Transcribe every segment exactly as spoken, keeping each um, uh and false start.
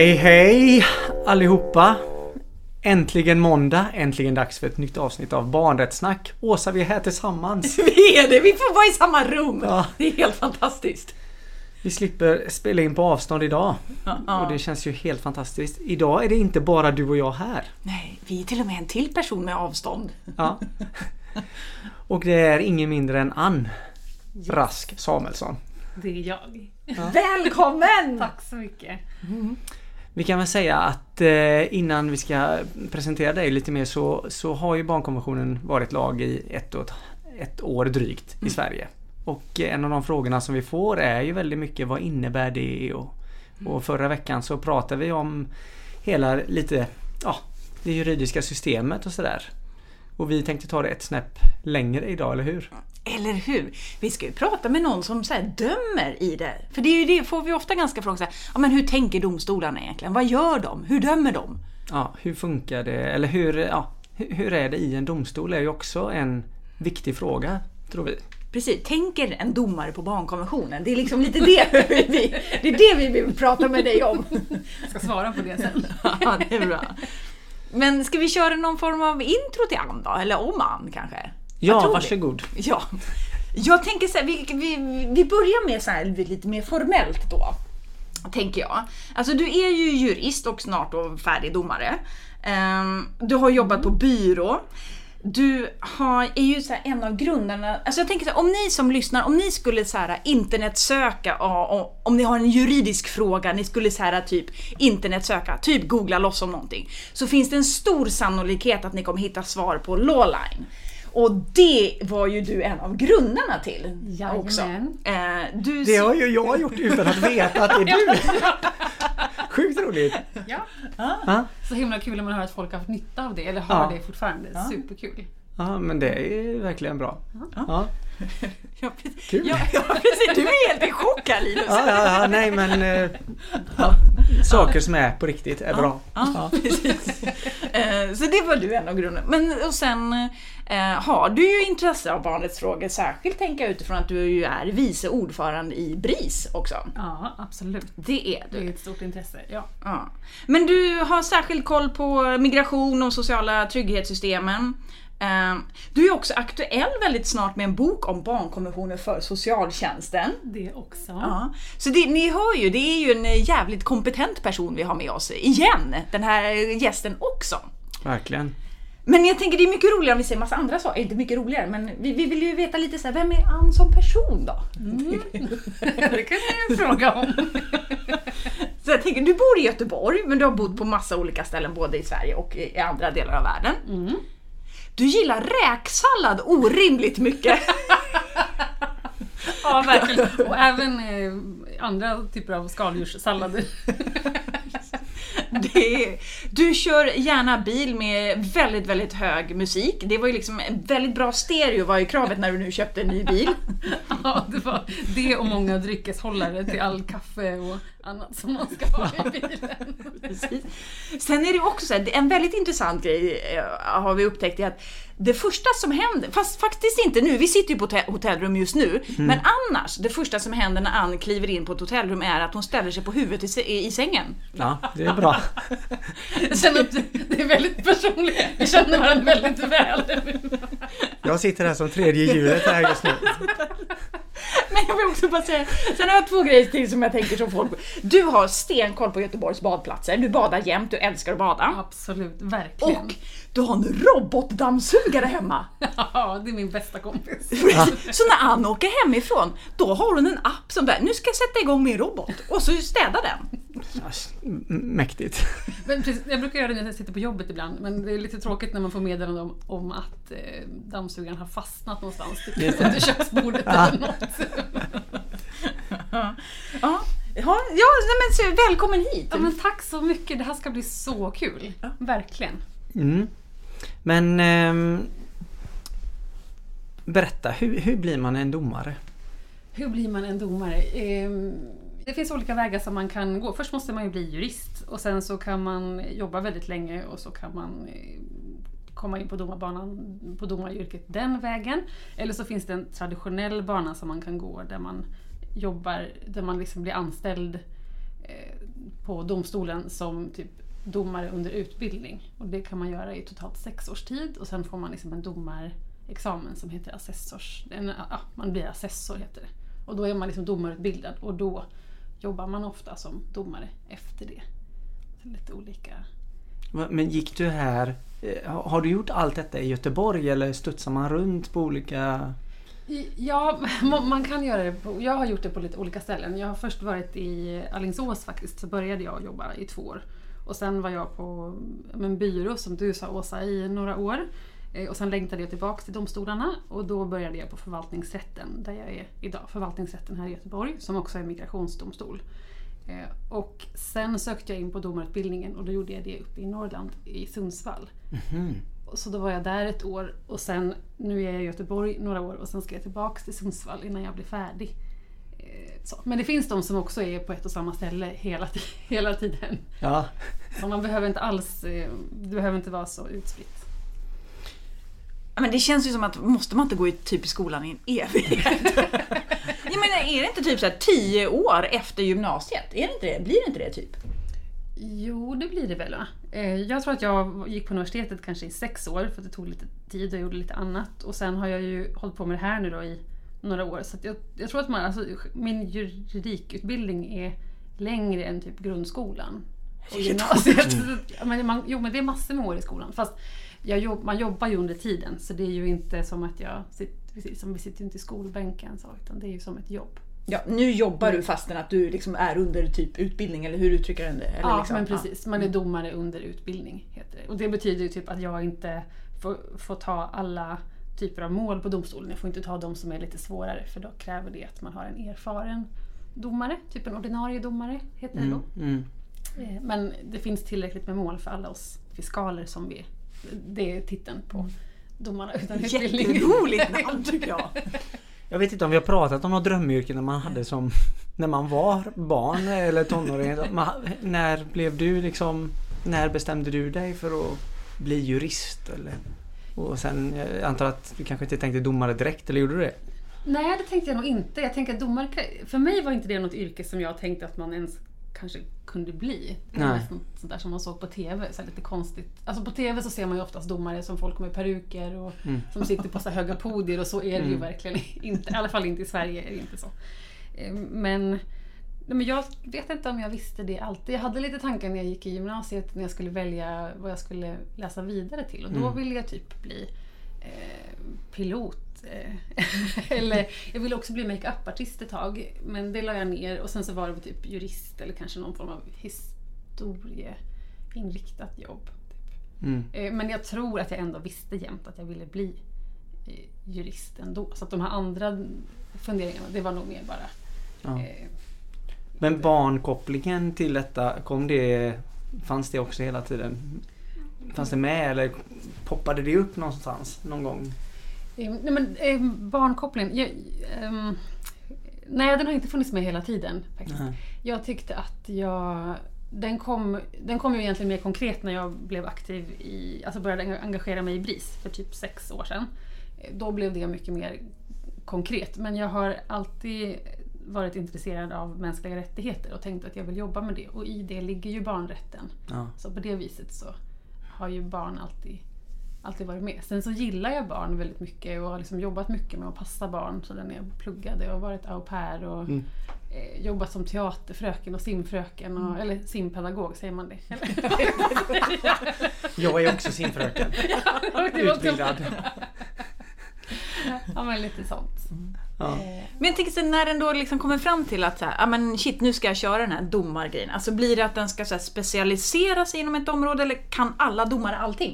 Hej hej allihopa. Äntligen måndag, äntligen dags för ett nytt avsnitt av Barnrättssnack. Åsa, vi är här tillsammans. Vi är det, vi får vara i samma rum. Ja. Det är helt fantastiskt. Vi slipper spela in på avstånd idag. Ja. Och det känns ju helt fantastiskt. Idag är det inte bara du och jag här. Nej, vi är till och med en till person med avstånd. Ja. Och det är ingen mindre än Ann Rask Samuelsson. Det är jag. Ja. Välkommen! Tack så mycket. Mm. Vi kan väl säga att eh, innan vi ska presentera dig lite mer så, så har ju barnkonventionen varit lag i ett, och ett, ett år drygt i mm. Sverige. Och en av de frågorna som vi får är ju väldigt mycket vad innebär det och, och förra veckan så pratade vi om hela lite ja, det juridiska systemet och sådär. Och vi tänkte ta det ett snäpp längre idag, eller hur? Eller hur? Vi ska ju prata med någon som så här dömer i det. För det är ju det, får vi ofta ganska frågor så här, ja men hur tänker domstolarna egentligen? Vad gör de? Hur dömer de? Ja, hur funkar det? Eller hur, ja, hur är det i en domstol är ju också en viktig fråga, tror vi. Precis, tänker en domare på barnkonventionen? Det är liksom lite det vi, det är det vi vill prata med dig om. Jag ska svara på det sen. Ja, det är bra. Men ska vi köra någon form av intro till Ann då? Eller om Ann kanske? Ja, varsågod. Ja. Jag tänker så här, vi, vi, vi börjar med så här lite mer formellt då. Tänker jag. Alltså du är ju jurist och snart då färdig domare. Um, du har jobbat på byrå. Du har, är ju så här en av grundarna. Alltså jag tänker så här, om ni som lyssnar, om ni skulle så här internetsöka, och, om ni har en juridisk fråga, ni skulle så här typ internetsöka, typ googla loss om någonting, så finns det en stor sannolikhet att ni kommer hitta svar på Lawline. Och det var ju du en av grundarna till. Jajamän. Också. Eh, du... Det har ju jag gjort utan att veta att det är du. Sjukt roligt. Ja. Ah. Ah. Så himla kul när man hör att folk har haft nytta av det. Eller har Ah. det fortfarande. Ah. Superkul. Ja, men det är verkligen bra. Ah. Ja. Ja, precis. Kul. Ja, ja, precis. Du är helt i chock här, Linus. Ja, ja, ja, nej men äh, ja. Saker som är på riktigt är bra. Ja, ja. Precis. Eh, så det var du en av grunderna. Men och sen eh, har du ju intresse av barnrättsfrågor, särskilt tänka utifrån att du ju är vice ordförande i BRIS också. Ja, absolut. Det är du. Det är ett stort intresse, ja. Ja. Men du har särskilt koll på migration och sociala trygghetssystemen. Du är också aktuell väldigt snart med en bok om barnkonventioner för socialtjänsten. Det också. Ja. Så det, ni hör ju, det är ju en jävligt kompetent person vi har med oss igen. Den här gästen också. Verkligen. Men jag tänker det är mycket roligare om vi säger massa andra saker. Inte mycket roligare, men vi, vi vill ju veta lite så här, vem är Ann som person då? Mm. Det kan jag ju fråga om. Så jag tänker, du bor i Göteborg, men du har bott på massa olika ställen både i Sverige och i andra delar av världen. Mm. Du gillar räksallad orimligt mycket. Ja, verkligen. Och även eh, andra typer av skaldjurssallader. Det är, du kör gärna bil med väldigt, väldigt hög musik. Det var ju liksom en väldigt bra stereo var ju kravet när du nu köpte en ny bil. Ja, det var det och många dryckeshållare till all kaffe och annat som man ska ha i bilen. Precis. Sen är det också så här, en väldigt intressant grej har vi upptäckt är att det första som händer, fast faktiskt inte nu, vi sitter ju på hotellrum just nu, mm. men annars, det första som händer när Ann kliver in på ett hotellrum är att hon ställer sig på huvudet i, i sängen. Ja, det är bra. Jag känner att det är väldigt personligt, vi känner varandra väldigt väl. Jag sitter här som tredje hjulet här just nu. Men jag vill också bara säga, sen har jag två grejer till som jag tänker som folk. Du har stenkoll på Göteborgs badplatser, du badar jämt, du älskar att bada. Absolut, verkligen. Och du har en robotdammsugare hemma. Ja, det är min bästa kompis. Ja. Så när Ann åker hemifrån, då har hon en app som där, nu ska jag sätta igång min robot och så städar den. Mäktigt. Men precis, jag brukar göra det när jag sitter på jobbet ibland, men det är lite tråkigt när man får meddelande om, om att eh, dammsugaren har fastnat någonstans typ, under köksbordet ja. eller något. Ja, ja, ja men så, välkommen hit. Ja, men tack så mycket, det här ska bli så kul. Ja. Verkligen. Mm. Men ähm, berätta, hur, hur blir man en domare? Hur blir man en domare? Ehm, det finns olika vägar som man kan gå. Först måste man ju bli jurist och sen så kan man jobba väldigt länge och så kan man komma in på domarbanan, på domaryrket den vägen. Eller så finns det en traditionell bana som man kan gå där man jobbar, där man liksom blir anställd på domstolen som typ domare under utbildning. Och det kan man göra i totalt sex års tid. Och sen får man liksom en domarexamen som heter assessors. En, ja, man blir assessor heter det. Och då är man liksom domarutbildad. Och då jobbar man ofta som domare efter det. Så lite olika. Men gick du här, har du gjort allt detta i Göteborg eller studsar man runt på olika... Ja, man kan göra det på, jag har gjort det på lite olika ställen. Jag har först varit i Alingsås faktiskt, så började jag jobba i två år. Och sen var jag på en byrå som du sa, Åsa, i några år. Och sen längtade jag tillbaka till domstolarna och då började jag på förvaltningsrätten där jag är idag. Förvaltningsrätten här i Göteborg som också är migrationsdomstol. Och sen sökte jag in på domarutbildningen och då gjorde jag det uppe i Norrland i Sundsvall. Mm-hmm. Så då var jag där ett år och sen nu är jag i Göteborg några år och sen ska jag tillbaka till Sundsvall innan jag blir färdig. Så. Men det finns de som också är på ett och samma ställe hela, t- hela tiden. Ja. Så man behöver inte alls, det behöver inte vara så utspritt. Men det känns ju som att måste man inte gå i typ i skolan i en evighet? Jag menar, är det inte typ så här tio år efter gymnasiet? Är det inte det? Blir det inte det typ? Jo, det blir det väl. Jag tror att jag gick på universitetet kanske i sex år för att det tog lite tid och gjorde lite annat. Och sen har jag ju hållit på med det här nu då i några år. Så att jag, jag tror att man, alltså, min juridikutbildning är längre än typ grundskolan och gymnasiet. men man, jo, men det är massor med år i skolan. Fast jag jobb, man jobbar ju under tiden så det är ju inte som att jag sitter, som vi sitter ju inte i skolbänken så, utan det är ju som ett jobb. Ja, nu jobbar du fastän att du liksom är under typ utbildning, eller hur uttrycker du det? Eller ja, liksom, men precis. Man är domare under utbildning, heter det. Och det betyder ju typ att jag inte får, får ta alla typer av mål på domstolen. Jag får inte ta de som är lite svårare, för då kräver det att man har en erfaren domare, typ en ordinarie domare, heter det då. Mm, mm. Men det finns tillräckligt med mål för alla oss fiskaler som vi, det är titeln på domarna utan utbildning. Jätteroligt namn tycker jag. Jag vet inte om vi har pratat om något drömyrke när man hade som när man var barn eller tonåring. När blev du liksom, när bestämde du dig för att bli jurist eller? Och sen, jag antar att du kanske inte tänkte domare direkt, eller gjorde du det? Nej, det tänkte jag nog inte. Jag tänker att domare, för mig var inte det något yrke som jag tänkte att man ens kanske kunde bli. Det är sånt där som man såg på tv, så lite konstigt. Alltså på tv så ser man ju oftast domare som folk med peruker och mm. som sitter på så här höga podier, och så är det mm. ju verkligen inte. I alla fall inte i Sverige är det inte så. Men, men jag vet inte om jag visste det alltid. Jag hade lite tankar när jag gick i gymnasiet när jag skulle välja vad jag skulle läsa vidare till. Och då mm. ville jag typ bli eh, pilot. Eller jag ville också bli make-up-artist ett tag, men det la jag ner. Och sen så var det typ jurist eller kanske någon form av historieinriktat jobb typ. Mm. Men jag tror att jag ändå visste jämt att jag ville bli jurist ändå. Så att de här andra funderingarna, det var nog mer bara ja. eh, Men barnkopplingen till detta, kom det, fanns det också hela tiden? Fanns det med eller poppade det upp någonstans någon gång? Nej, men eh, barnkopplingen jag, eh, nej, den har inte funnits med hela tiden faktiskt. Nej. Jag tyckte att jag den kom, den kom ju egentligen mer konkret när jag blev aktiv i, alltså började engagera mig i B R I S för typ sex år sedan. Då blev det mycket mer konkret, men jag har alltid varit intresserad av mänskliga rättigheter och tänkt att jag vill jobba med det, och i det ligger ju barnrätten. Ja. Så på det viset så har ju barn alltid alltid varit med. Sen så gillar jag barn väldigt mycket och har liksom jobbat mycket med att passa barn, så när jag pluggade och varit au pair och mm. eh, jobbat som teaterfröken och simfröken och, mm. eller simpedagog säger man det. Jag är också simfröken. Utbildad. Ja, men lite sånt. Mm. Ja. Men jag tänker så när den då liksom kommer fram till att så här, ah, men shit, nu ska jag köra den här domargrejen. Alltså blir det att den ska så här, specialisera sig inom ett område, eller kan alla domare allting?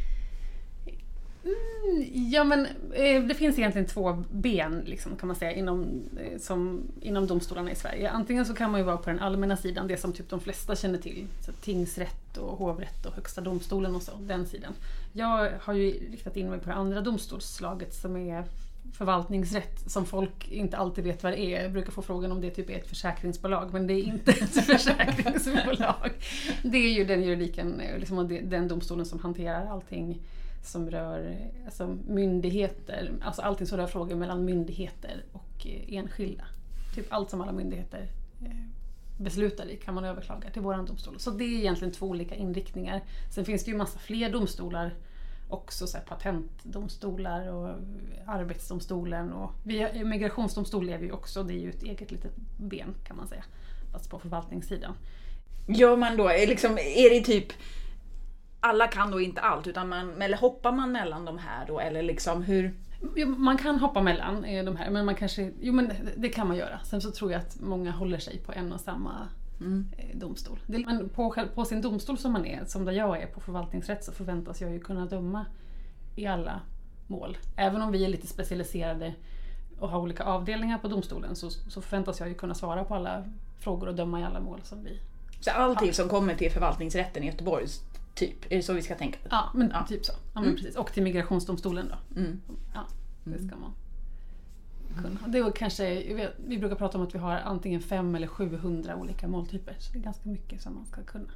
Mm, ja, men eh, det finns egentligen två ben liksom, kan man säga inom, eh, som, inom domstolarna i Sverige. Antingen så kan man ju vara på den allmänna sidan, det som typ de flesta känner till, så tingsrätt och hovrätt och högsta domstolen och så, den sidan. Jag har ju riktat in mig på det andra domstolsslaget som är förvaltningsrätt, som folk inte alltid vet vad det är. Jag brukar få frågan om det typ är ett försäkringsbolag, men det är inte ett försäkringsbolag. Det är ju den juridiken, liksom, den domstolen som hanterar allting som rör alltså myndigheter, alltså allting som rör frågor mellan myndigheter och eh, enskilda. Typ allt som alla myndigheter eh, beslutar i kan man överklaga till våran domstol. Så det är egentligen två olika inriktningar. Sen finns det ju massa fler domstolar också, så här patentdomstolar och arbetsdomstolen och vi, migrationsdomstol är vi också, det är ju ett eget litet ben kan man säga, fast på förvaltningssidan. Gör man då, är, liksom, är det typ alla kan då inte allt, utan man, eller hoppar man mellan de här då, eller liksom hur? Jo, man kan hoppa mellan de här, men man kanske, jo men det kan man göra. Sen så tror jag att många håller sig på en och samma mm. domstol. Men på, på sin domstol som man är, som där jag är på förvaltningsrätt, så förväntas jag ju kunna döma i alla mål. Även om vi är lite specialiserade och har olika avdelningar på domstolen, så, så förväntas jag ju kunna svara på alla frågor och döma i alla mål som vi Så allting har. Som kommer till förvaltningsrätten i Göteborg, typ, är det så vi ska tänka? Ja, men ja. typ så. Ja, men mm. precis. Och till migrationsdomstolen då. Mm. Ja, det ska man kunna. Det är kanske, vet, vi brukar prata om att vi har antingen fem eller sjuhundra olika måltyper, så det är ganska mycket som man ska kunna.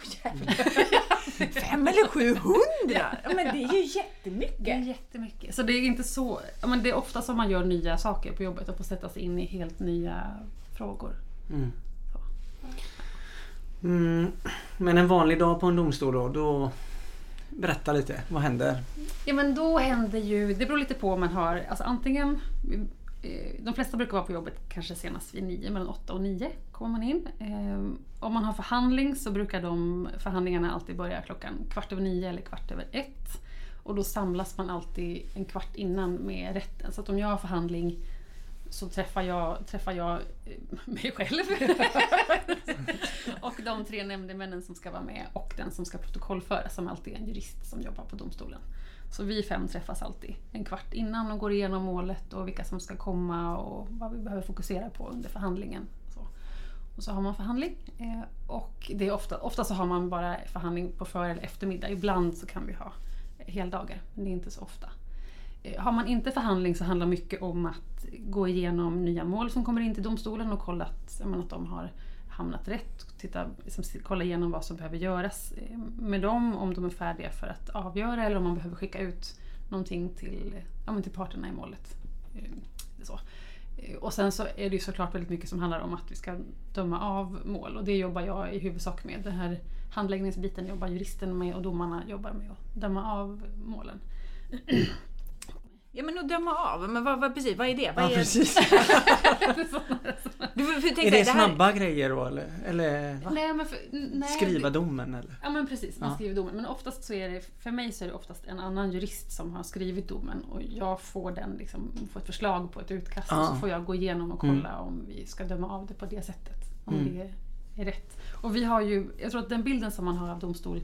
Fem eller sjuhundra? Ja, men det är ju jättemycket. Det är jättemycket. Så det är inte så, ja, men det är ofta som man gör nya saker på jobbet och får sätta sig in i helt nya frågor. Mm. Så. Mm, men en vanlig dag på en domstol då, då berätta lite, vad händer? Ja, men då händer ju, det beror lite på om man har, alltså antingen, de flesta brukar vara på jobbet kanske senast vid nio, mellan åtta och nio kommer man in. Om man har förhandling så brukar de förhandlingarna alltid börja klockan kvart över nio eller kvart över ett. Och då samlas man alltid en kvart innan med rätten. Så att om jag har förhandling så träffar jag, träffar jag mig själv och de tre nämndemännen som ska vara med och den som ska protokollföra, som alltid är en jurist som jobbar på domstolen. Så vi fem träffas alltid en kvart innan och går igenom målet och vilka som ska komma och vad vi behöver fokusera på under förhandlingen. Så. Och så har man förhandling och det är ofta, ofta så har man bara förhandling på för- eller eftermiddag. Ibland så kan vi ha heldagar, men det är inte så ofta. Har man inte förhandling så handlar mycket om att gå igenom nya mål som kommer in till domstolen och kolla att, jag menar, att de har hamnat rätt. Titta, liksom, kolla igenom vad som behöver göras med dem, om de är färdiga för att avgöra eller om man behöver skicka ut någonting till, ja, men till parterna i målet. Så. Och sen så är det ju såklart väldigt mycket som handlar om att vi ska döma av mål, och det jobbar jag i huvudsak med. Den här handläggningsbiten jobbar juristen med och domarna jobbar med att döma av målen. Ja, men att döma av, men vad, vad, precis, vad är det? Vad ja, är precis. du, för, är det, det här... snabba grejer då, eller? eller nej, men för, nej, skriva det... domen, eller? Ja, men precis, man ja. skriver domen. Men oftast så är det, för mig så är det oftast en annan jurist som har skrivit domen, och jag får den liksom, får ett förslag på ett utkast ja. och så får jag gå igenom och kolla mm. om vi ska döma av det på det sättet, om mm. det är rätt. Och vi har ju, jag tror att den bilden som man har av domstol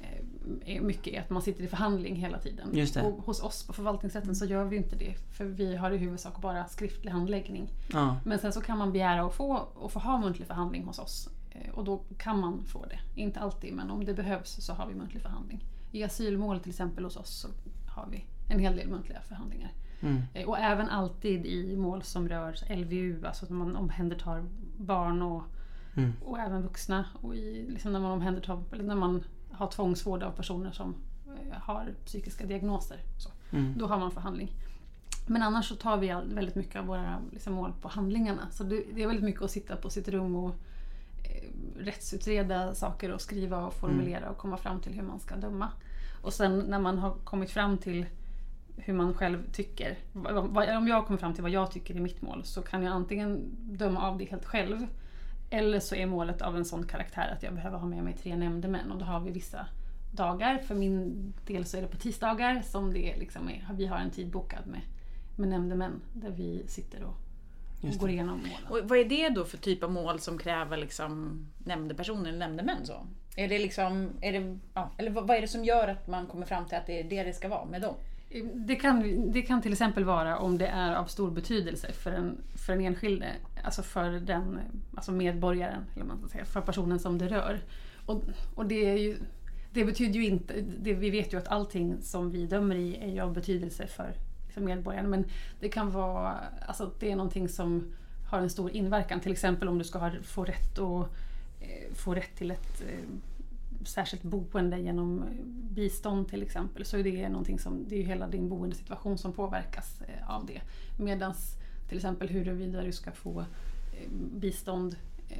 är mycket att man sitter i förhandling hela tiden. Just det. Och hos oss på förvaltningsrätten så gör vi inte det, för vi har i huvudsak bara skriftlig handläggning. Ja. Men sen så kan man begära att få, att få ha muntlig förhandling hos oss, och då kan man få det. Inte alltid, men om det behövs så har vi muntlig förhandling. I asylmål till exempel hos oss så har vi en hel del muntliga förhandlingar. Mm. Och även alltid i mål som rör L V U, alltså att man omhändertar barn och, mm. och även vuxna, och i, liksom när man omhändertar, eller när man har tvångsvård av personer som har psykiska diagnoser. Så. Mm. Då har man förhandling. Men annars så tar vi väldigt mycket av våra liksom, mål på handlingarna. Så det, det är väldigt mycket att sitta på sitt rum och eh, rättsutreda saker och skriva och formulera mm. och komma fram till hur man ska döma. Och sen när man har kommit fram till hur man själv tycker, om jag kommer fram till vad jag tycker i mitt mål, så kan jag antingen döma av det helt själv, eller så är målet av en sån karaktär att jag behöver ha med mig tre nämndemän, och då har vi vissa dagar. För min del så är det på tisdagar som det liksom är, vi har en tid bokad med, med nämndemän där vi sitter och, och går igenom målen. Och vad är det då för typ av mål som kräver liksom nämndepersoner eller nämndemän så? Är det liksom, är det, ja, eller vad är det som gör att man kommer fram till att det är det det ska vara med dem? Det kan, det kan till exempel vara om det är av stor betydelse för en, för en enskilde, alltså för den, alltså medborgaren, eller man ska säga, för personen som det rör. Och, och det, är ju, det betyder ju inte, det, vi vet ju att allting som vi dömer i är ju av betydelse för, för medborgaren, men det kan vara, alltså det är någonting som har en stor inverkan, till exempel om du ska ha, få rätt och eh, få rätt till ett eh, särskilt boende genom bistånd till exempel, så är det någonting som, det är ju hela din boendesituation som påverkas eh, av det. Medans till exempel huruvida du ska få eh, bistånd eh,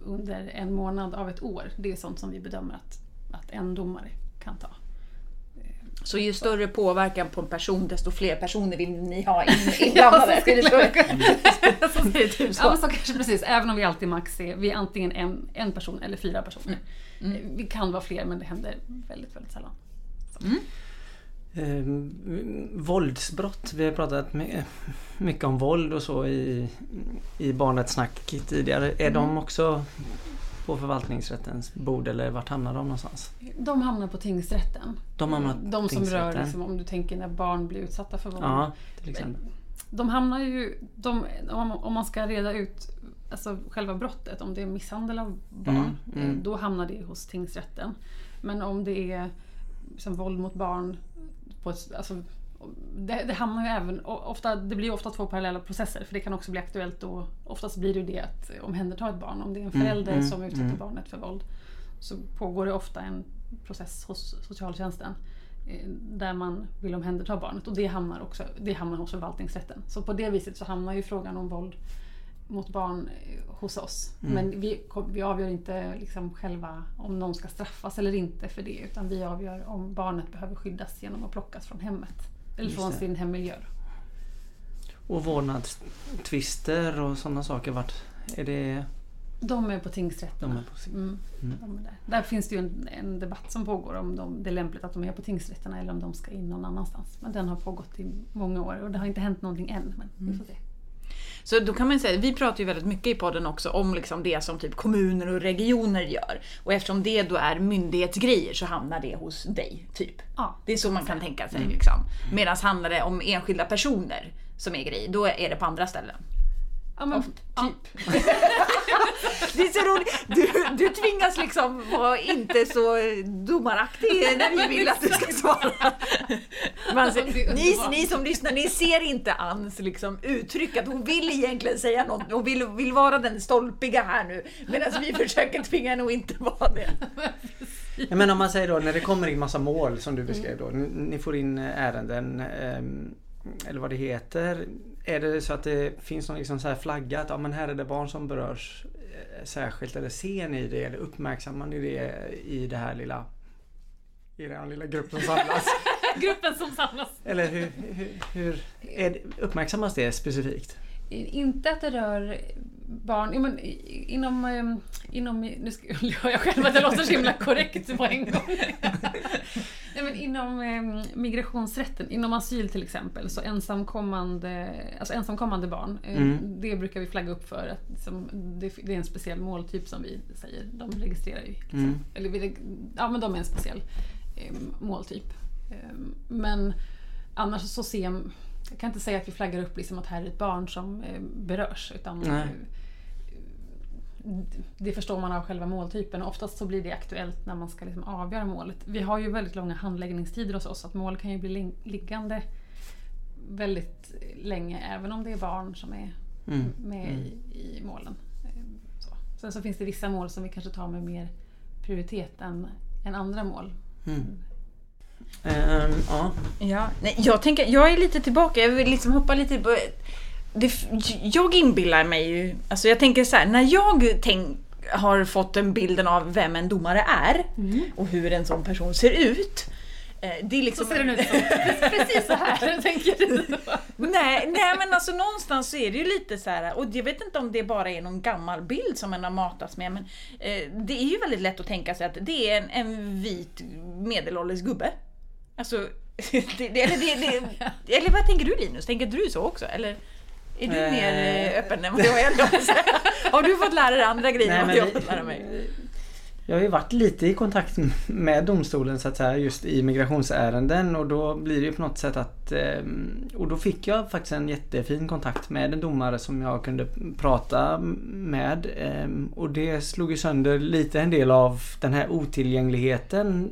under en månad av ett år. Det är sånt som vi bedömer att, att en domare kan ta. Så ju större påverkan på en person, desto fler personer vill ni ha inblandade? Ja, så, så så det typ så. Ja, men så kanske precis. Även om vi alltid max är, vi är antingen en, en person eller fyra personer. Mm. Mm. Vi kan vara fler, men det händer väldigt, väldigt sällan. Mm. Eh, våldsbrott. Vi har pratat mycket om våld och så i, i Barnets snack tidigare. Är mm. de också på förvaltningsrättens bord, eller vart hamnar de någonstans? De hamnar på tingsrätten. De, hamnar de som rör, liksom, om du tänker när barn blir utsatta för våld. Ja, till exempel. De hamnar ju, de, om man ska reda ut alltså själva brottet, om det är misshandel av barn, mm, mm. då hamnar det hos tingsrätten. Men om det är liksom, våld mot barn, på ett, alltså, det, det hamnar ju även, ofta, det blir ju ofta två parallella processer, för det kan också bli aktuellt då, oftast blir det ju det att omhänderta ett barn. Om det är en förälder mm, som utsätter mm. barnet för våld, så pågår det ofta en process hos socialtjänsten där man vill omhänderta barnet, och det hamnar också det hamnar hos förvaltningsrätten. Så på det viset så hamnar ju frågan om våld mot barn hos oss. Mm. Men vi, vi avgör inte liksom själva om någon ska straffas eller inte för det, utan vi avgör om barnet behöver skyddas genom att plockas från hemmet eller från sin hemmiljö. Och vårdnadstvister och sådana saker, vart är det? De är på tingsrätten. De är på mm. mm. de är där. där finns det ju en, en debatt som pågår om de, det är lämpligt att de är på tingsrätterna eller om de ska in någon annanstans. Men den har pågått i många år och det har inte hänt någonting än, men mm. vi får se. Så då kan man säga, vi pratar ju väldigt mycket i podden också om liksom det som typ kommuner och regioner gör. Och eftersom det då är myndighetsgrejer så hamnar det hos dig, typ. Ja, det är så man kan tänka sig. Mm. Liksom. Medan handlar det om enskilda personer som är grejer, då är det på andra ställen. Ja, men, typ. Ja. Det är så roligt. Du, du tvingas liksom vara inte så domaraktig när vi vill att du ska svara. Man ser, ni, ni som lyssnar, ni ser inte Anns liksom uttryck att hon vill egentligen säga något. Hon vill, vill vara den stolpiga här nu. Medan vi försöker tvinga henne att inte vara det. Ja, men om man säger då, när det kommer in massa mål som du beskrev då. Ni, ni får in ärenden, eller vad det heter. Är det så att det finns någon liksom så här flagga att ja, men här är det barn som berörs eh, särskilt, eller ser ni det, eller uppmärksammar ni det i det här lilla i den här lilla gruppen som samlas? Gruppen som samlas. Eller hur, hur, hur är det, uppmärksammas det specifikt? Inte att det rör barn, ja, men inom, inom nu ska jag själv att det låter så himla korrekt på en gång. Nej, men inom eh, migrationsrätten, inom asyl till exempel, så ensamkommande, alltså ensamkommande barn, eh, mm. det brukar vi flagga upp för att liksom, det, det är en speciell måltyp som vi säger, de registrerar ju liksom, mm. eller vi, ja men de är en speciell eh, måltyp. Eh, men annars så ser jag kan inte säga att vi flaggar upp liksom att här är ett barn som eh, berörs, utan eh, det förstår man av själva måltypen. Oftast så blir det aktuellt när man ska liksom avgöra målet. Vi har ju väldigt långa handläggningstider hos oss, att mål kan ju bli liggande väldigt länge, även om det är barn som är mm. med mm. i, i målen. Så. Sen så finns det vissa mål som vi kanske tar med mer prioritet än, än andra mål. Mm. Um, ja. Ja. Nej, jag tänker, jag är lite tillbaka, jag vill liksom hoppa lite på det, jag inbillar mig ju, alltså jag tänker så här, när jag tänk, har fått en bilden av vem en domare är mm. och hur en sån person ser ut, det är liksom så ser den ut som. Precis så här tänker du. nej, nej men alltså någonstans så är det ju lite så här, och jag vet inte om det bara är någon gammal bild som man har matats med, men eh, det är ju väldigt lätt att tänka sig att det är en, en vit medelålders gubbe. Alltså det, det, eller, det, det, eller vad tänker du, Linus? Tänker du så också? Eller är du äh... mer öppen än vad jag är? Har du fått lära dig andra grejer än vad jag har fått lära mig? Jag har ju varit lite i kontakt med domstolen så att säga, just i migrationsärenden, och då blir det ju på något sätt att och då fick jag faktiskt en jättefin kontakt med en domare som jag kunde prata med, och det slog ju sönder lite en del av den här otillgängligheten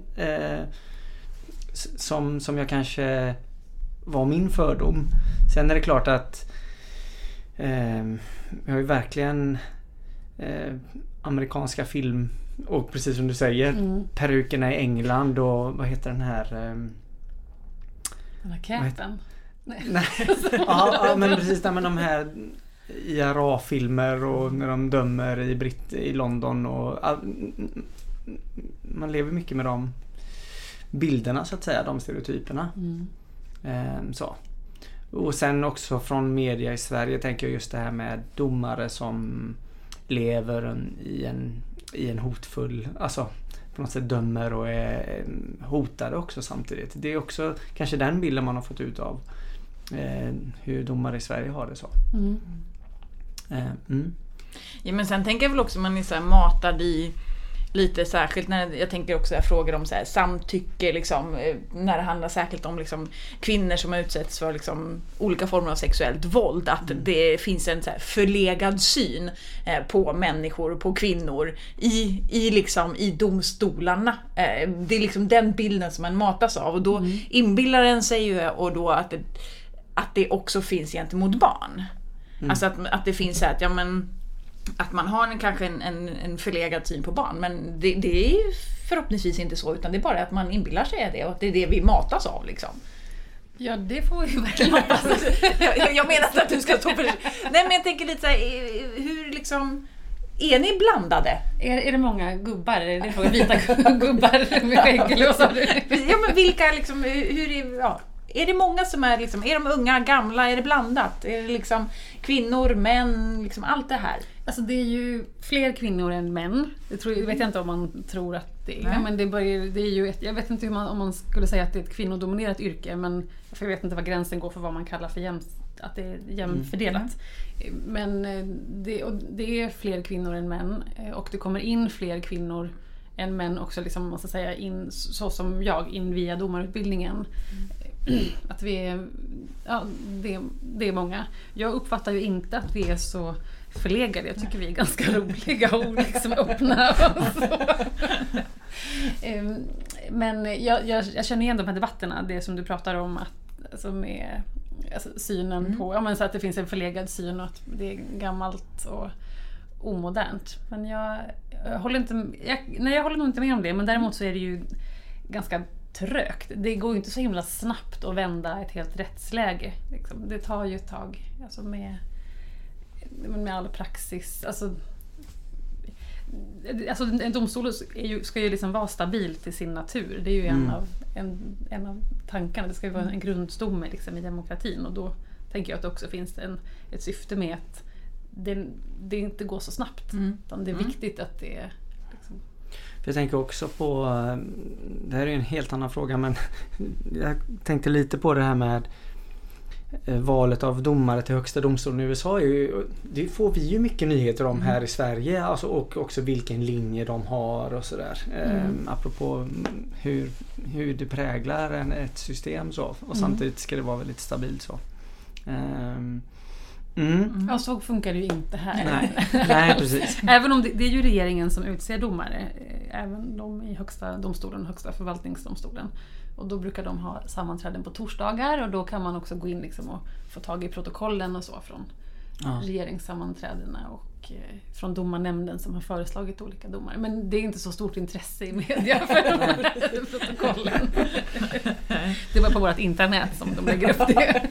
som, som jag kanske var min fördom. Sen är det klart att eh, jag har ju verkligen eh, amerikanska film, och precis som du säger mm. perukerna i England, och vad heter den här eh, den här käpen? Nej. Nej. ja, ja men precis där med de här I R A-filmer och när de dömer i, Brit- i London och all, man lever mycket med de bilderna så att säga, de stereotyperna. Mm. Ehm, så. Och sen också från media i Sverige tänker jag just det här med domare som lever en, i, en, i en hotfull, alltså på något sätt dömer och är hotade också samtidigt. Det är också kanske den bilden man har fått ut av eh, hur domare i Sverige har det så. Mm. Eh, mm. Ja, men sen tänker jag väl också man är så här matad i lite särskilt när jag tänker också jag frågar om så här, samtycke liksom, när det handlar särskilt om liksom, kvinnor som utsätts för liksom, olika former av sexuellt våld, att mm. det finns en så här, förlegad syn eh, på människor, på kvinnor i, i, liksom, i domstolarna. Eh, det är liksom den bilden som man matas av och då mm. inbillar den sig ju och då att det, att det också finns gentemot barn. Mm. Alltså att, att det finns så här, att ja men att man har en, kanske en, en, en förlegad syn på barn, men det, det är ju förhoppningsvis inte så, utan det är bara att man inbillar sig det och att det är det vi matas av liksom. Ja, det får vi ju verkligen hoppas. jag, jag menar inte att du ska stå för det. Nej, men jag tänker lite så här, hur liksom, är ni blandade? Är, är det många gubbar? Är det fråga vita gubbar med skägg eller så? Ja, men vilka liksom, hur är, ja. Är det många som är liksom, är de unga, gamla, är det blandat? Är det liksom kvinnor, män, liksom allt det här? Alltså det är ju fler kvinnor än män. Jag, tror, jag vet inte om man tror att det är. Nej. Men det, börjar, det är ju ett, jag vet inte hur man, om man skulle säga att det är ett kvinnodominerat yrke, men för jag vet inte vad gränsen går för vad man kallar för jäm, att det är jämfördelat. Mm. Men det, och det är fler kvinnor än män och det kommer in fler kvinnor än män också, liksom, måste säga, in, så som jag, in via domarutbildningen. Mm. Att vi är, ja, det, det är många. Jag uppfattar ju inte att vi är så förlegade. Jag tycker vi är ganska roliga och liksom öppna. Men jag, jag, jag känner igen de här debatterna, det som du pratar om, att, alltså med, alltså synen mm. på, ja, men så att det finns en förlegad syn och att det är gammalt och omodernt. Men jag, jag håller inte, jag, nej, jag håller nog inte med om det, men däremot så är det ju ganska trögt. Det går ju inte så himla snabbt att vända ett helt rättsläge. Liksom. Det tar ju ett tag. Alltså med, med all praxis. Alltså, alltså en domstol är ju, ska ju liksom vara stabil till sin natur. Det är ju mm. en, av, en, en av tankarna. Det ska ju vara en grundstomme liksom, i demokratin. Och då tänker jag att det också finns en, ett syfte med att det, det inte går så snabbt. Mm. Utan det är viktigt att det är liksom. Jag tänker också på, det här är en helt annan fråga, men jag tänkte lite på det här med valet av domare till högsta domstolen i U S A. Det får vi ju mycket nyheter om här i Sverige, alltså, och också vilken linje de har och sådär. Mm. Apropå hur, hur det präglar en, ett system så, och mm. samtidigt ska det vara väldigt stabilt så. Um, Mm. Ja, så funkar det ju inte här. Nej, Nej precis. Även om det, det är ju regeringen som utser domare, även de i högsta domstolen, högsta förvaltningsdomstolen. Och då brukar de ha sammanträden på torsdagar och då kan man också gå in liksom och få tag i protokollen och så från ja. regeringssammanträdena och eh, från domarnämnden som har föreslagit olika domare. Men det är inte så stort intresse i media för de här protokollen. Det var på vårt internet som de lägger upp det.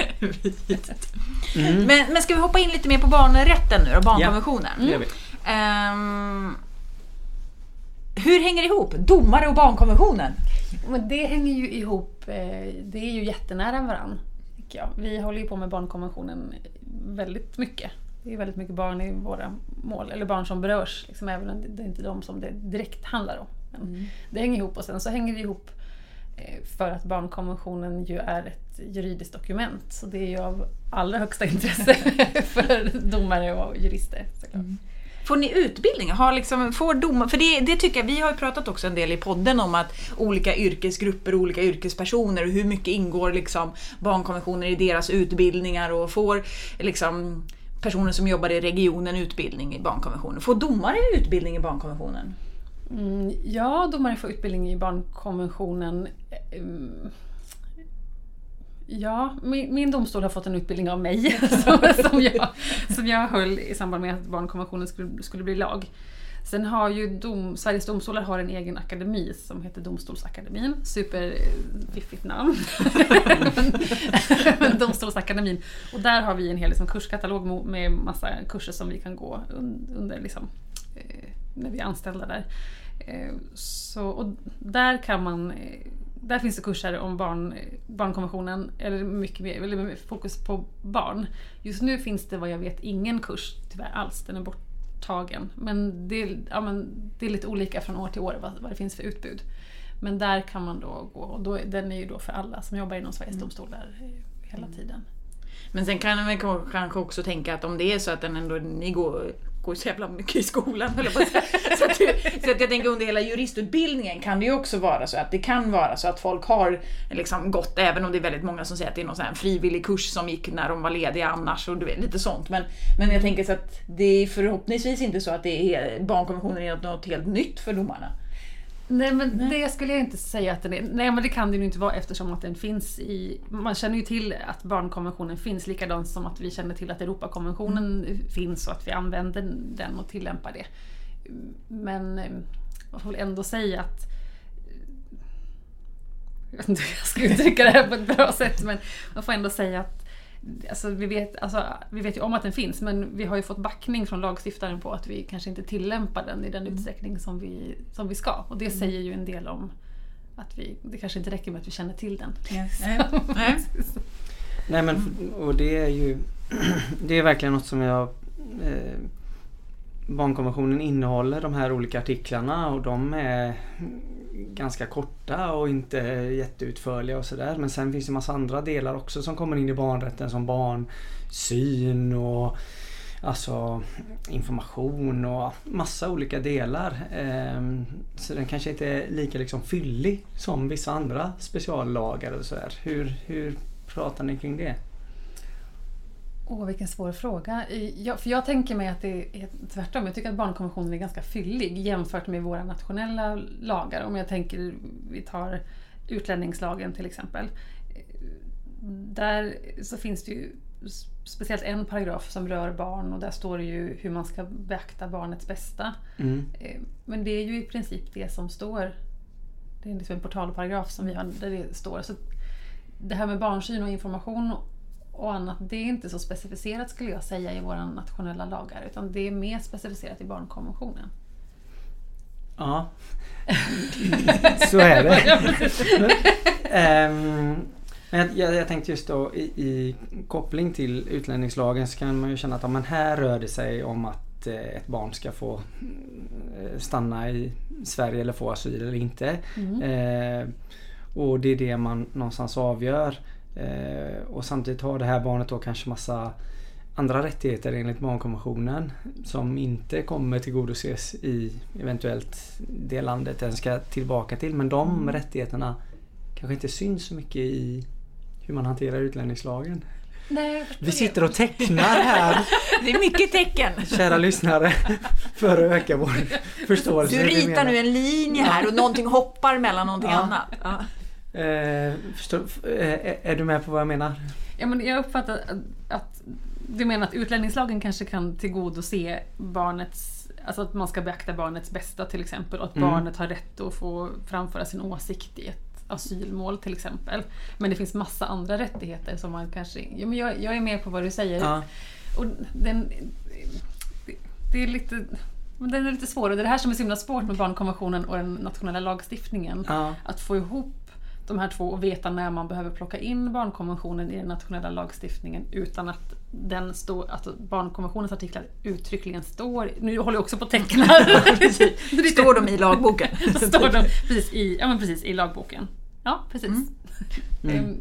Mm. Men, men ska vi hoppa in lite mer på barnrätten nu och barnkonventionen? Ja, det gör vi. Um, hur hänger det ihop? Domare och barnkonventionen? Men det hänger ju ihop, det är ju jättenära varann. Ja, vi håller ju på med barnkonventionen väldigt mycket. Det är väldigt mycket barn i våra mål, eller barn som berörs, liksom, även om det är inte de som det direkt handlar om. Men mm. det hänger ihop, och sen så hänger det ihop för att barnkonventionen ju är ett juridiskt dokument, så det är ju av allra högsta intresse för domare och jurister. Mm. Får ni utbildning? Har liksom, får dom, för det, det tycker jag, vi har ju pratat också en del i podden om att olika yrkesgrupper, olika yrkespersoner och hur mycket ingår liksom barnkonventioner i deras utbildningar, och får liksom personer som jobbar i regionen utbildning i barnkonventionen. Får domare utbildning i barnkonventionen? Mm, ja, domare får utbildning i barnkonventionen. Ja, min, min domstol har fått en utbildning av mig som, som, jag, som jag höll i samband med att barnkonventionen skulle, skulle bli lag. Sen har ju dom, Sveriges domstolar har en egen akademi som heter Domstolsakademin. Super fiffigt namn. Domstolsakademin. Och där har vi en hel liksom, kurskatalog med massa kurser som vi kan gå under liksom, eh, när vi är anställda där. Eh, så, och där kan man... Eh, Där finns det kurser om barn, barnkonventionen, eller mycket mer, eller med fokus på barn. Just nu finns det vad jag vet ingen kurs tyvärr alls, den är borttagen. Men det, ja, men det är lite olika från år till år vad, vad det finns för utbud. Men där kan man då gå, och då, den är ju då för alla som jobbar inom Sveriges domstolar hela tiden. Men sen kan man kanske också tänka att om det är så att den ändå, ni går, går så jävla mycket i skolan. Eller så, så, att, så att jag tänker under hela juristutbildningen kan det ju också vara så att det kan vara så att folk har liksom gått, även om det är väldigt många som säger att det är någon sån här frivillig kurs som gick när de var lediga annars och du vet, lite sånt. Men, men jag tänker så att det är förhoppningsvis inte så att det är, barnkonventionen är något helt nytt för domarna. Nej, men Nej. det skulle jag inte säga att den är. Nej, men det kan det ju inte vara eftersom att den finns i... Man känner ju till att barnkonventionen finns likadant som att vi känner till att Europakonventionen mm. finns och att vi använder den och tillämpar det. Men jag får ändå säga att... Jag vet inte hur jag ska uttrycka det här på ett bra sätt, men man får ändå säga att Alltså, vi, vet, alltså, vi vet ju om att den finns, men vi har ju fått backning från lagstiftaren på att vi kanske inte tillämpar den i den mm. utsträckning som vi, som vi ska. Och det mm. säger ju en del om att vi, det kanske inte räcker med att vi känner till den. Yes. Nej. Nej, men och det är ju det är verkligen något som jag eh, barnkonventionen innehåller de här olika artiklarna och de är ganska korta och inte jätteutförliga och sådär. Men sen finns det en massa andra delar också som kommer in i barnrätten som barnsyn och alltså information och massa olika delar. Så den kanske inte är lika liksom fyllig som vissa andra speciallagar eller sådär. Hur, hur pratar ni kring det? Åh, vilken svår fråga. Jag, för jag tänker mig att det är tvärtom. Jag tycker att barnkonventionen är ganska fyllig jämfört med våra nationella lagar. Om jag tänker, vi tar utlänningslagen till exempel. Där så finns det ju speciellt en paragraf som rör barn och där står det ju hur man ska beakta barnets bästa. Mm. Men det är ju i princip det som står. Det är liksom en portalparagraf som vi har, där det står. Så det här med barnsyn och information och annat, det är inte så specificerat skulle jag säga i våra nationella lagar, utan det är mer specificerat i barnkonventionen. Ja, så är det. um, men jag, jag tänkte just då i, i koppling till utlänningslagen så kan man ju känna att ja, men här rör det sig om att eh, ett barn ska få eh, stanna i Sverige eller få asyl eller inte. Mm. Eh, och det är det man någonstans avgör. Eh, och samtidigt har det här barnet då kanske massa andra rättigheter enligt barnkonventionen som inte kommer tillgodoses i eventuellt det landet den ska tillbaka till, men de mm. rättigheterna kanske inte syns så mycket i hur man hanterar utlänningslagen. Nej, vi sitter och tecknar här. Det är mycket tecken. Kära lyssnare, för att öka vår förståelse. Du ritar nu en linje här och någonting hoppar mellan någonting ja. annat. Ja. Eh, förstår, eh, är du med på vad jag menar? Ja, men jag uppfattar att, att du menar att utlänningslagen kanske kan tillgodose barnets, alltså att man ska beakta barnets bästa till exempel, och att mm. barnet har rätt att få framföra sin åsikt i ett asylmål till exempel. Men det finns massa andra rättigheter som man kanske, ja, men jag, jag är med på vad du säger. Ja. Och den, det, det är lite den är lite svår, och det är det här som är så himla svårt med barnkonventionen och den nationella lagstiftningen. Ja. Att få ihop de här två och veta när man behöver plocka in barnkonventionen i den nationella lagstiftningen utan att den står, att barnkonventionens artiklar uttryckligen står, nu håller jag också på tecknen här. Står de i lagboken? Står de precis i, ja men precis i lagboken. Ja, precis. Mm. Mm.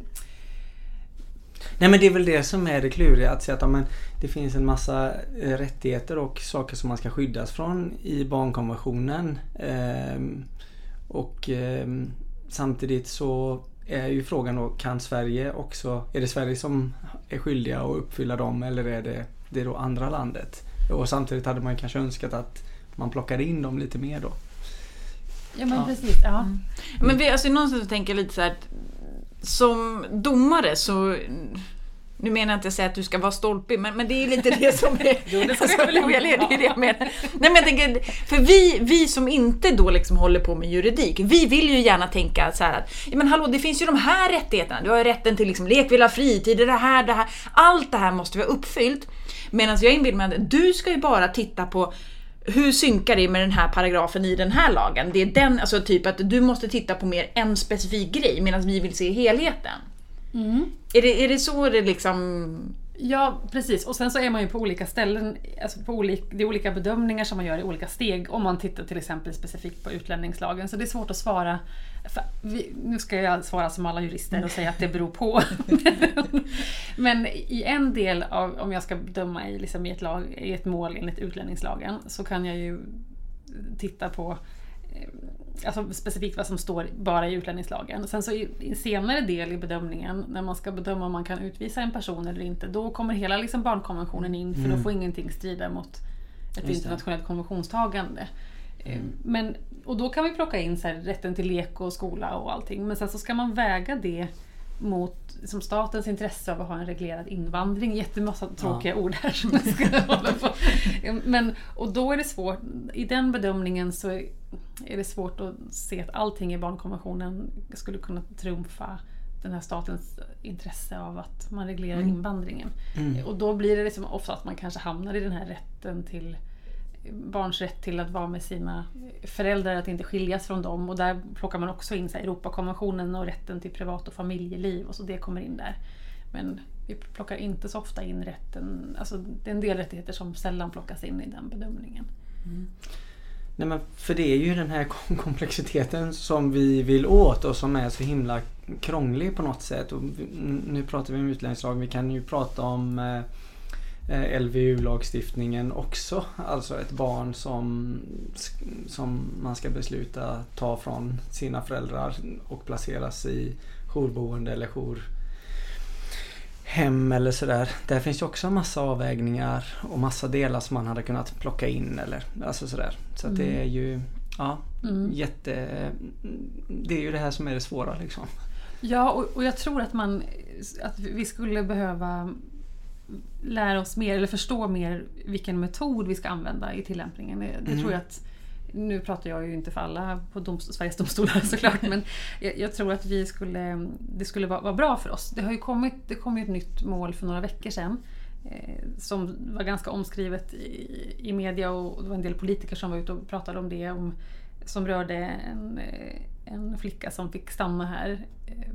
Nej, men det är väl det som är det kluriga, att säga att ja, men det finns en massa rättigheter och saker som man ska skyddas från i barnkonventionen. Ehm, och ehm, samtidigt så är ju frågan då, kan Sverige också, är det Sverige som är skyldiga att uppfylla dem eller är det, det är då andra landet? Och samtidigt hade man kanske önskat att man plockade in dem lite mer då. Ja, men ja. precis. Ja. Mm. Men vi, alltså någonstans tänker lite så här, som domare så Nu menar jag inte att säga att du ska vara stolpig, men, men det är lite det som är... Jo, det ska alltså, jag väl det är det jag menar. Nej, men jag tänker, för vi, vi som inte då liksom håller på med juridik, vi vill ju gärna tänka så här att, ja, men hallå, det finns ju de här rättigheterna. Du har ju rätten till liksom lekvilla, fritid, det här, det här. Allt det här måste vi ha uppfyllt. Medan jag inbillar mig att du ska ju bara titta på hur synkar det med den här paragrafen i den här lagen. Det är den, alltså typ att du måste titta på mer en specifik grej medan vi vill se helheten. Mm. Är det, är det så det liksom... Ja, precis. Och sen så är man ju på olika ställen, alltså på olika, det är olika bedömningar som man gör i olika steg om man tittar till exempel specifikt på utlänningslagen. Så det är svårt att svara. För vi, nu ska jag svara som alla jurister och säga att det beror på. Men i en del av, om jag ska bedöma i, liksom i, ett lag, i ett mål enligt utlänningslagen, så kan jag ju titta på alltså specifikt vad som står bara i utlänningslagen. Sen så i en senare del i bedömningen, när man ska bedöma om man kan utvisa en person eller inte, då kommer hela liksom barnkonventionen in, för mm. då får ingenting strida mot ett internationellt konventionstagande. Mm. Men, och då kan vi plocka in så här, rätten till lek och skola och allting, men sen så ska man väga det mot som statens intresse av att ha en reglerad invandring. Jättemassa tråkiga ja. ord här som jag ska hålla på. Men, och då är det svårt, i den bedömningen så är det svårt att se att allting i barnkonventionen skulle kunna trumfa den här statens intresse av att man reglerar mm. invandringen. Mm. Och då blir det liksom ofta att man kanske hamnar i den här rätten till barns rätt till att vara med sina föräldrar, att inte skiljas från dem, och där plockar man också in så här, Europakonventionen och rätten till privat- och familjeliv, och så det kommer in där. Men vi plockar inte så ofta in rätten, alltså det är en del rättigheter som sällan plockas in i den bedömningen. Mm. Nej, men för det är ju den här komplexiteten som vi vill åt och som är så himla krånglig på något sätt. Och nu pratar vi om utlänningslag, vi kan ju prata om eh, L V U-lagstiftningen också. Alltså ett barn som, som man ska besluta ta från sina föräldrar och placeras i jourboende eller jourhem eller sådär. Där finns ju också en massa avvägningar och massa delar som man hade kunnat plocka in eller alltså sådär. Så att det är ju ja, mm. jätte... Det är ju det här som är det svåra liksom. Ja, och, och jag tror att man att vi skulle behöva lära oss mer eller förstå mer vilken metod vi ska använda i tillämpningen. Det, det mm. tror jag att, nu pratar jag ju inte för alla på domstol, Sveriges domstolar såklart, men jag, jag tror att vi skulle, det skulle vara, vara bra för oss. Det har ju kommit, det kom ju ett nytt mål för några veckor sedan eh, som var ganska omskrivet i, i media, och det var en del politiker som var ute och pratade om det, om, som rörde en, en flicka som fick stanna här. Eh,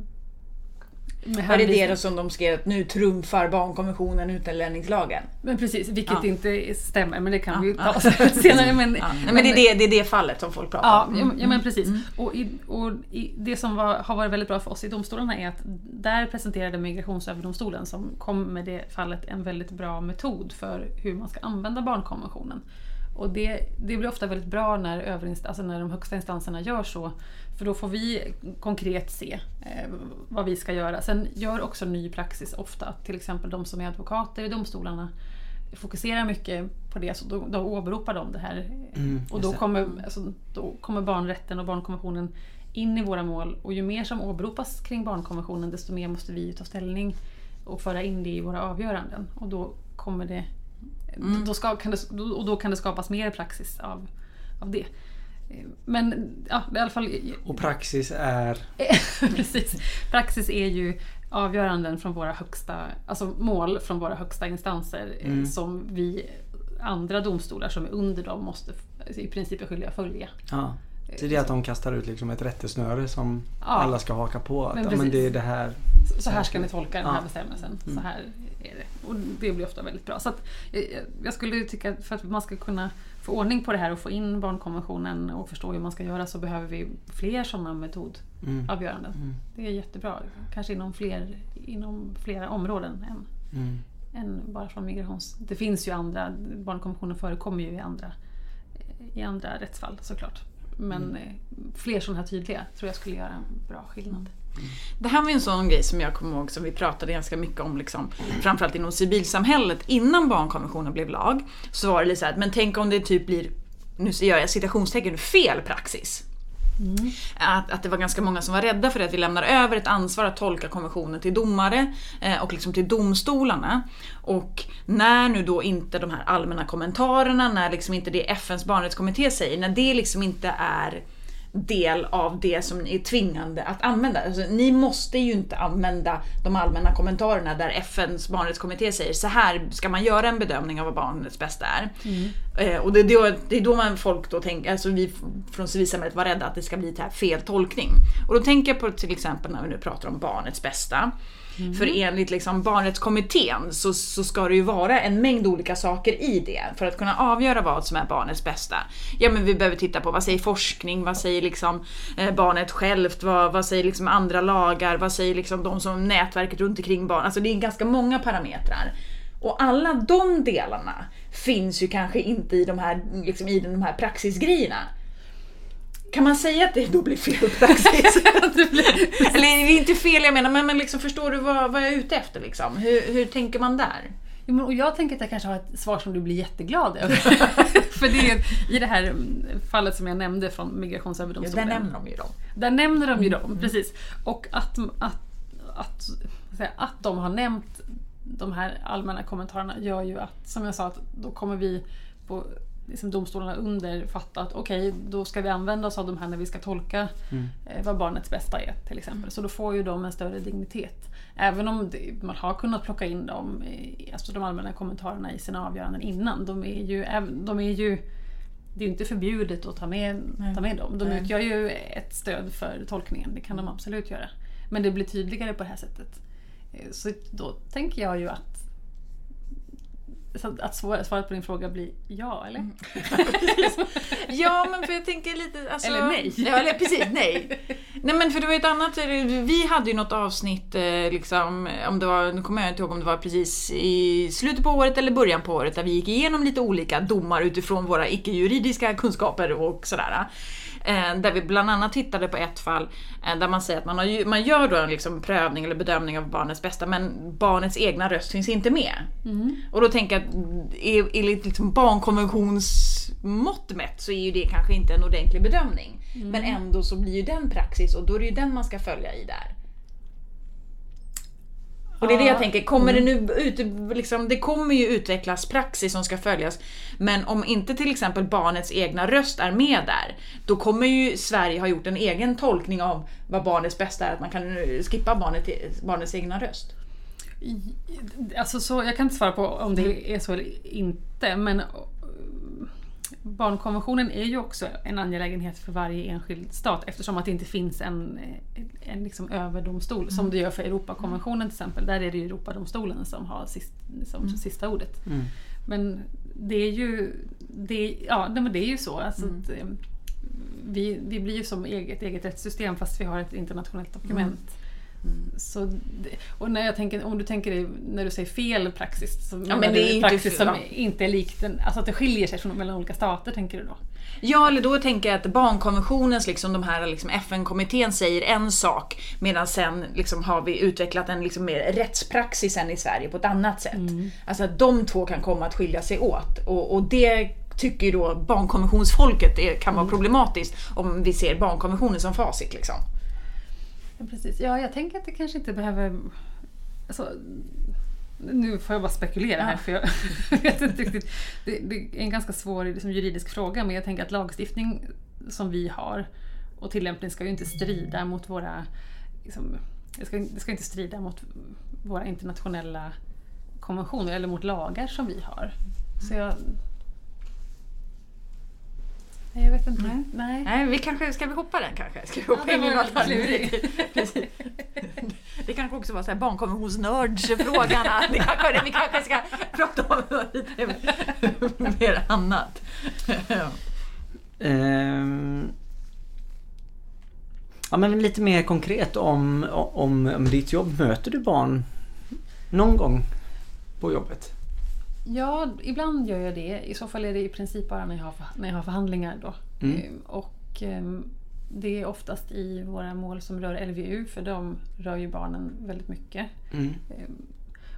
Var det det som de skrev att nu trumfar barnkonventionen utlänningslagen? Men precis, vilket ja. inte stämmer, men det kan ja, vi ta ja. senare. Men, ja. men, men det, är det, det är det fallet som folk pratar ja, om. Mm. Ja, men precis. Mm. Och, i, och i, det som var, har varit väldigt bra för oss i domstolarna är att där presenterade Migrationsöverdomstolen, som kom med det fallet, en väldigt bra metod för hur man ska använda barnkonventionen. Och det, det blir ofta väldigt bra när, överinst- alltså när de högsta instanserna gör så. För då får vi konkret se eh, vad vi ska göra. Sen gör också ny praxis ofta att till exempel de som är advokater i domstolarna fokuserar mycket på det. Så då, då åberopar de det här. Mm, och då kommer, alltså, då kommer barnrätten och barnkonventionen in i våra mål. Och ju mer som åberopas kring barnkonventionen, desto mer måste vi ta ställning och föra in det i våra avgöranden. Och då kommer det... Mm. Då, ska, kan det, och då kan det skapas mer praxis av, av det. Men ja, i alla fall... Och praxis är... Precis. Praxis är ju avgöranden från våra högsta, alltså mål från våra högsta instanser mm. som vi andra domstolar som är under dem måste i princip är skyldiga att följa. Ja. Så det är att de kastar ut liksom ett rättesnöre som ja. alla ska haka på. Att, men, ja, men det är det här. Så här ska ni tolka den här ja. bestämmelsen. Så här är det. Och det blir ofta väldigt bra. Så att jag skulle tycka att för att man ska kunna få ordning på det här och få in barnkonventionen och förstå hur man ska göra, så behöver vi fler sådana metodavgöranden. Mm. Mm. Det är jättebra. Kanske inom, fler, inom flera områden än, mm. än bara från migrations. Det finns ju andra, barnkonventionen förekommer ju i andra, i andra rättsfall såklart. Men mm. fler sådana här tydliga tror jag skulle göra en bra skillnad. Mm. Det här var en sån grej som jag kommer ihåg som vi pratade ganska mycket om liksom, framförallt inom civilsamhället innan barnkonventionen blev lag. Så var det lite så här, men tänk om det typ blir, nu gör jag citationstecken, fel praxis. Mm. Att, att det var ganska många som var rädda för det, att vi lämnar över ett ansvar att tolka konventionen till domare eh, och liksom till domstolarna. Och när nu då inte de här allmänna kommentarerna, när liksom inte det F N:s barnrättskommitté säger, när det liksom inte är del av det som är tvingande att använda. Alltså, ni måste ju inte använda de allmänna kommentarerna där F N:s barnrättskommitté säger så här ska man göra en bedömning av vad barnets bästa är. Mm. Eh, och det är, då, det är då man folk då tänker, alltså vi från civilsamhället var rädda att det ska bli det här fel tolkning. Och då tänker jag på till exempel när vi nu pratar om barnets bästa. Mm. För enligt liksom barnrättskommittén så, så ska det ju vara en mängd olika saker i det för att kunna avgöra vad som är barnets bästa. Ja, men vi behöver titta på vad säger forskning, vad säger liksom eh, barnet självt, vad, vad säger liksom andra lagar, vad säger liksom de som nätverket runt omkring barn. Alltså det är ganska många parametrar. Och alla de delarna finns ju kanske inte i de här, liksom i de här praxisgrejerna. Kan man säga att det då blir fel praxis? Eller det är inte fel, jag menar, men, men liksom, förstår du vad, vad jag är ute efter? Liksom? Hur, hur tänker man där? Jo, men, och jag tänker att jag kanske har ett svar som du blir jätteglad över. För det är i det här fallet som jag nämnde från Migrationsöverdomstolen. Ja, där nämner de ju dem. Där nämner de ju dem, mm. precis. Och att, att, att, att, att de har nämnt de här allmänna kommentarerna gör ju att, som jag sa, att då kommer vi på liksom domstolarna under fatta att okej, okay, då ska vi använda oss av de här när vi ska tolka mm. eh, vad barnets bästa är till exempel. Mm. Så då får ju de en större dignitet. Även om det, man har kunnat plocka in dem, eh, alltså de allmänna kommentarerna i sina avgöranden innan. De är ju, de är ju det är ju inte förbjudet att ta med, ta med dem. De Nej. utgör ju ett stöd för tolkningen, det kan de absolut göra. Men det blir tydligare på det här sättet. Eh, så då tänker jag ju att Så att svaret på din fråga blir ja, eller? Ja, men för jag tänker lite... Alltså, eller nej. Ja, eller precis, nej. Nej, men för det var ett annat... Vi hade ju något avsnitt, liksom, om det var, nu kommer jag inte ihåg om det var precis i slutet på året eller början på året, där vi gick igenom lite olika domar utifrån våra icke-juridiska kunskaper och sådär. Där vi bland annat tittade på ett fall där man säger att man, har, man gör då en liksom prövning eller bedömning av barnets bästa, men barnets egna röst finns inte med. Mm. Och då tänker jag att enligt liksom barnkonventionsmått mätt så är ju det kanske inte en ordentlig bedömning. Mm. Men ändå så blir ju den praxis, och då är det ju den man ska följa i där. Och det är det jag tänker, kommer det nu ut, liksom, det kommer ju utvecklas praxis som ska följas, men om inte till exempel barnets egna röst är med där, då kommer ju Sverige ha gjort en egen tolkning av vad barnets bästa är, att man kan skippa barnet, barnets egna röst. Alltså så, jag kan inte svara på om det är så eller inte, men barnkonventionen är ju också en angelägenhet för varje enskild stat, eftersom att det inte finns en, en liksom överdomstol mm. som det gör för Europakonventionen till exempel. Där är det ju Europadomstolen som har sist, som mm. sista ordet. Mm. Men det är ju det, ja, men det är ju så alltså mm. att, vi, vi blir ju som eget, eget rättssystem fast vi har ett internationellt dokument. Mm. Så, och när jag tänker, om du tänker dig, när du säger fel praxis, så ja, men det är inte praxis som inte är likt den, alltså att det skiljer sig från mellan olika stater, tänker du då? Ja, eller då tänker jag att barnkonventionens liksom, de här liksom F N-kommittén säger en sak, medan sen liksom har vi utvecklat en liksom mer rättspraxisen i Sverige på ett annat sätt. Mm. Alltså att de två kan komma att skilja sig åt, och, och det tycker ju då barnkonventionsfolket det kan vara mm. problematiskt om vi ser barnkonventionen som facit liksom. Ja, precis. Ja, jag tänker att det kanske inte behöver... Alltså, nu får jag bara spekulera här, ja. för jag vet inte riktigt. Det, det är en ganska svår liksom, juridisk fråga, men jag tänker att lagstiftning som vi har och tillämpning ska ju inte strida mot våra... Liksom, det, ska, det ska inte strida mot våra internationella konventioner eller mot lagar som vi har. Så jag... Jag vet inte. Nej. Nej. Nej, vi kanske, ska vi hoppa den kanske? Ska vi hoppa ja, in i något fall? Det kanske också var så här barnkonventionsnördsfrågan. Det kanske, vi kanske ska prata om lite mer annat. um, ja, men lite mer konkret om, om, om ditt jobb. Möter du barn någon gång på jobbet? Ja, ibland gör jag det. I så fall är det i princip bara när jag har, när jag har förhandlingar då. Mm. Ehm, och ehm, det är oftast i våra mål som rör L V U, för de rör ju barnen väldigt mycket. Mm. Ehm,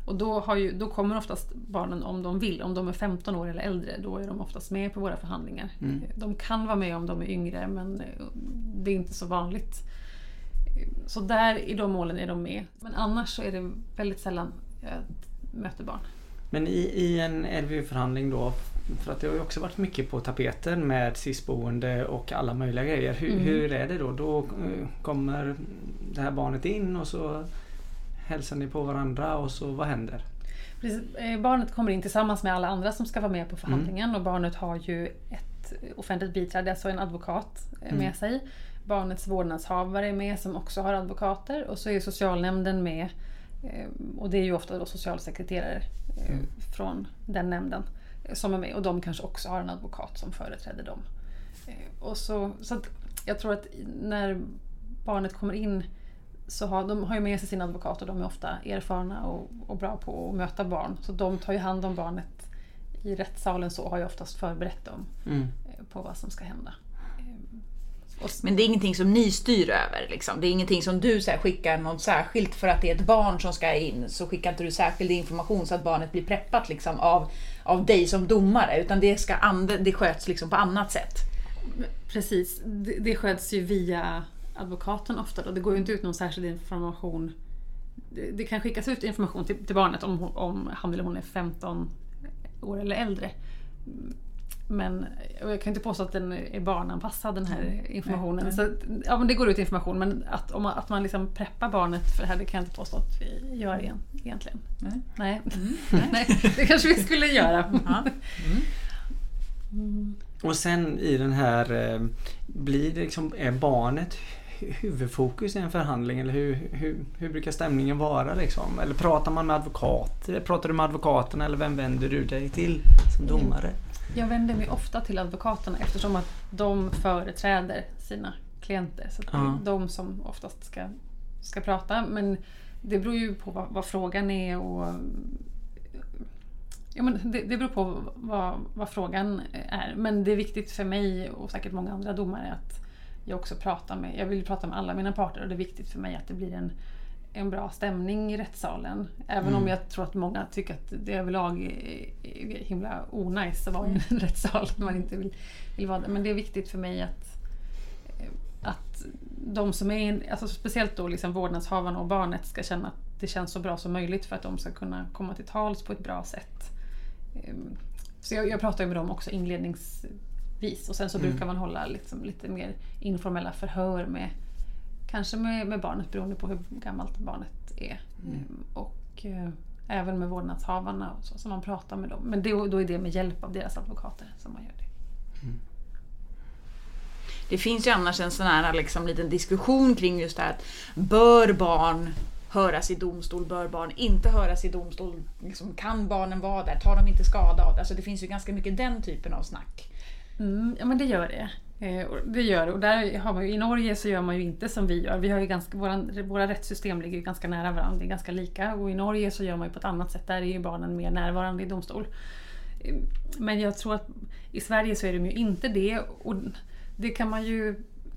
Och då, har ju, då kommer oftast barnen om de vill. Om de är femton år eller äldre, då är de oftast med på våra förhandlingar. Mm. De kan vara med om de är yngre, men det är inte så vanligt. Så där i de målen är de med. Men annars så är det väldigt sällan jag möter barn. Men i, i en L V U-förhandling då, för att det har ju också varit mycket på tapeten med S I S-boende och alla möjliga grejer. Hur, mm. hur är det då? Då kommer det här barnet in och så hälsar ni på varandra och så vad händer? Precis. Barnet kommer in tillsammans med alla andra som ska vara med på förhandlingen mm. och barnet har ju ett offentligt biträde, alltså en advokat med mm. sig. Barnets vårdnadshavare är med som också har advokater och så är socialnämnden med och det är ju ofta då socialsekreterare mm. från den nämnden som är med och de kanske också har en advokat som företräder dem. Och så, så att jag tror att när barnet kommer in så har de har ju med sig sin advokat och de är ofta erfarna och, och bra på att möta barn. Så de tar ju hand om barnet i rättssalen så har ju oftast förberett dem mm. på vad som ska hända. Men det är ingenting som ni styr över liksom. Det är ingenting som du så här, skickar något särskilt för att det är ett barn som ska in, så skickar inte du särskild information så att barnet blir preppat liksom, av, av dig som domare, utan det, ska and- det sköts liksom, på annat sätt. Precis, det, det sköts ju via advokaten ofta då. Det går ju inte ut någon särskild information. Det, det kan skickas ut information till, till barnet om, om han eller hon är femton år eller äldre. Men jag kan inte påstå att den är barnanpassad, den här informationen. Mm. Så, ja, men det går ut information, men att, om man, att man liksom preppar barnet för det här, det kan jag inte påstå att vi gör igen, egentligen. Mm. Nej. Mm. Nej, det kanske vi skulle göra. Mm. Mm. Och sen i den här, blir det liksom, är barnet huvudfokus i en förhandling, eller hur, hur, hur brukar stämningen vara liksom? Eller pratar man med advokat? Pratar du med advokaterna eller vem vänder du dig till som domare? Jag vänder mig ofta till advokaterna eftersom att de företräder sina klienter. Så det är de som oftast ska, ska prata. Men det beror ju på vad, vad frågan är. Och, ja, men det, det beror på vad, vad frågan är. Men det är viktigt för mig och säkert många andra domare att jag också pratar med. Jag vill prata med alla mina parter och det är viktigt för mig att det blir en en bra stämning i rättssalen. Även mm. om jag tror att många tycker att det överlag är himla onajs att vara i en rättssal. Att man inte vill, vill vara där. Men det är viktigt för mig att, att de som är, alltså speciellt då liksom vårdnadshavarna och barnet ska känna att det känns så bra som möjligt för att de ska kunna komma till tals på ett bra sätt. Så jag, jag pratar ju med dem också inledningsvis. Och sen så mm. brukar man hålla liksom lite mer informella förhör med kanske med, med barnet beroende på hur gammalt barnet är. Mm. Och eh, även med vårdnadshavarna och så, så man pratar med dem. Men det, då är det med hjälp av deras advokater som man gör det. Mm. Det finns ju annars en sån här liksom, liten diskussion kring just det här att bör barn höras i domstol, bör barn inte höras i domstol, liksom, kan barnen vara där, tar de inte skada av det? Alltså det finns ju ganska mycket den typen av snack. Mm, ja men det gör det. Eh, det gör det. Och där har man ju, i Norge så gör man ju inte som vi gör. Vi har ju ganska, våra, våra rättssystem ligger ju ganska nära varandra, det är ganska lika. Och i Norge så gör man ju på ett annat sätt. Där är ju barnen mer närvarande i domstol. Eh, men jag tror att i Sverige så är de ju inte det. Och det kan man ju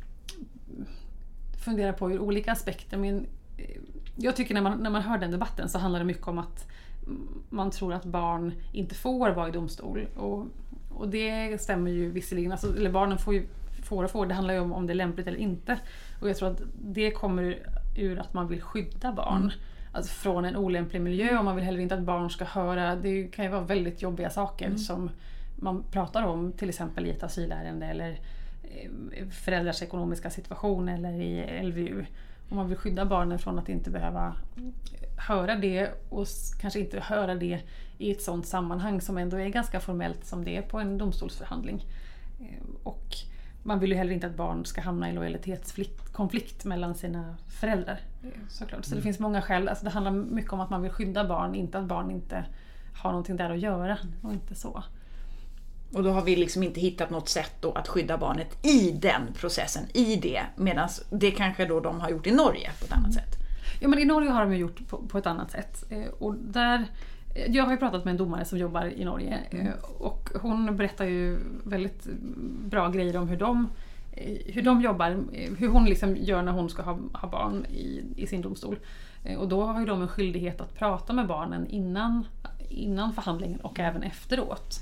fundera på ur olika aspekter. Men jag tycker när man, när man hör den debatten så handlar det mycket om att man tror att barn inte får vara i domstol. Och, och det stämmer ju visserligen. Alltså, eller barnen får ju får och får. Det handlar ju om om det är lämpligt eller inte. Och jag tror att det kommer ur att man vill skydda barn. Mm. Alltså från en olämplig miljö. Och man vill heller inte att barn ska höra. Det kan ju vara väldigt jobbiga saker mm. som man pratar om. Till exempel i ett asylärende eller föräldrars ekonomiska situation eller i L V U. Och man vill skydda barnen från att inte behöva höra det och kanske inte höra det i ett sådant sammanhang som ändå är ganska formellt som det är på en domstolsförhandling. Och man vill ju heller inte att barn ska hamna i lojalitetskonflikt mellan sina föräldrar. Såklart. Så det finns många skäl. Alltså det handlar mycket om att man vill skydda barn, inte att barn inte har någonting där att göra och inte så. Och då har vi liksom inte hittat något sätt då att skydda barnet i den processen, i det. Medan det kanske då de har gjort i Norge på ett annat sätt. Ja, men i Norge har de gjort på, på ett annat sätt. Och där, jag har ju pratat med en domare som jobbar i Norge. Mm. Och hon berättar ju väldigt bra grejer om hur de hur de jobbar, hur hon liksom gör när hon ska ha, ha barn i, i sin domstol. Och då har ju de en skyldighet att prata med barnen innan, innan förhandlingen och även efteråt.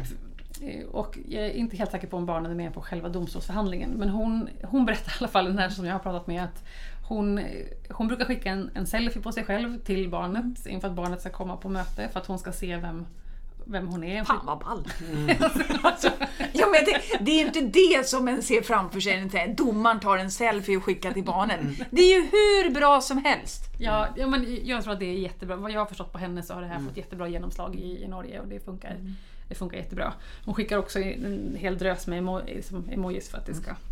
Mm. Och jag är inte helt säker på om barnen är med på själva domstolsförhandlingen, men hon, hon berättar i alla fall, den här som jag har pratat med, att hon, hon brukar skicka en, en selfie på sig själv till barnet inför att barnet ska komma på möte, för att hon ska se vem vem hon är. Fan vad ball. Mm. alltså, ja, men det, det är inte det som en ser framför sig. Domaren tar en selfie och skickar till barnen. Det är ju hur bra som helst. Ja, ja, men jag tror att det är jättebra. Vad jag har förstått på henne så har det här mm. fått jättebra genomslag i, i Norge och det funkar, mm. det funkar jättebra. Hon skickar också en hel drös med emo, liksom, emojis för att det ska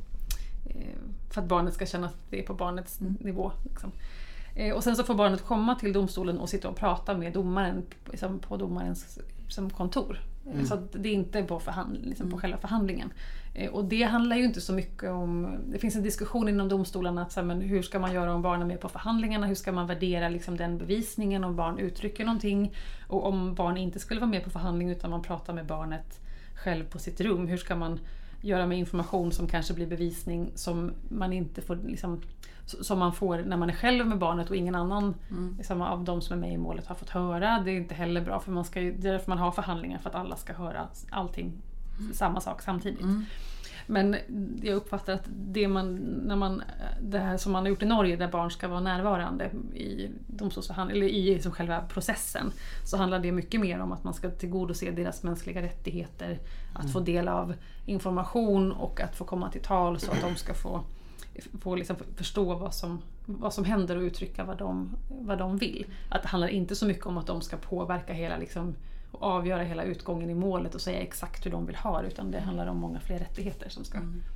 för att barnet ska känna att det är på barnets mm. nivå. Liksom. Och sen så får barnet komma till domstolen och sitta och prata med domaren liksom, på domarens som kontor. Mm. Så att det är inte på, förhand, liksom mm. på själva förhandlingen. Och det handlar ju inte så mycket om... Det finns en diskussion inom domstolarna att så här, men hur ska man göra om barn är med på förhandlingarna? Hur ska man värdera liksom, den bevisningen om barn uttrycker någonting? Och om barn inte skulle vara med på förhandling utan man pratar med barnet själv på sitt rum. Hur ska man göra med information som kanske blir bevisning som man inte får... Liksom, som man får när man är själv med barnet och ingen annan mm. liksom, av de som är med i målet har fått höra. Det är inte heller bra, för man ska ju, det är därför man har förhandlingar, för att alla ska höra allting, mm. samma sak samtidigt. Mm. Men jag uppfattar att det, man, när man, det här som man har gjort i Norge, där barn ska vara närvarande i domstolsförhandling, eller i liksom själva processen, så handlar det mycket mer om att man ska tillgodose deras mänskliga rättigheter, att mm. få del av information och att få komma till tal så att de ska få få liksom förstå vad som, vad som händer och uttrycka vad de, vad de vill. Att det handlar inte så mycket om att de ska påverka hela liksom, och avgöra hela utgången i målet och säga exakt hur de vill ha det, utan det handlar om många fler rättigheter som ska... Mm.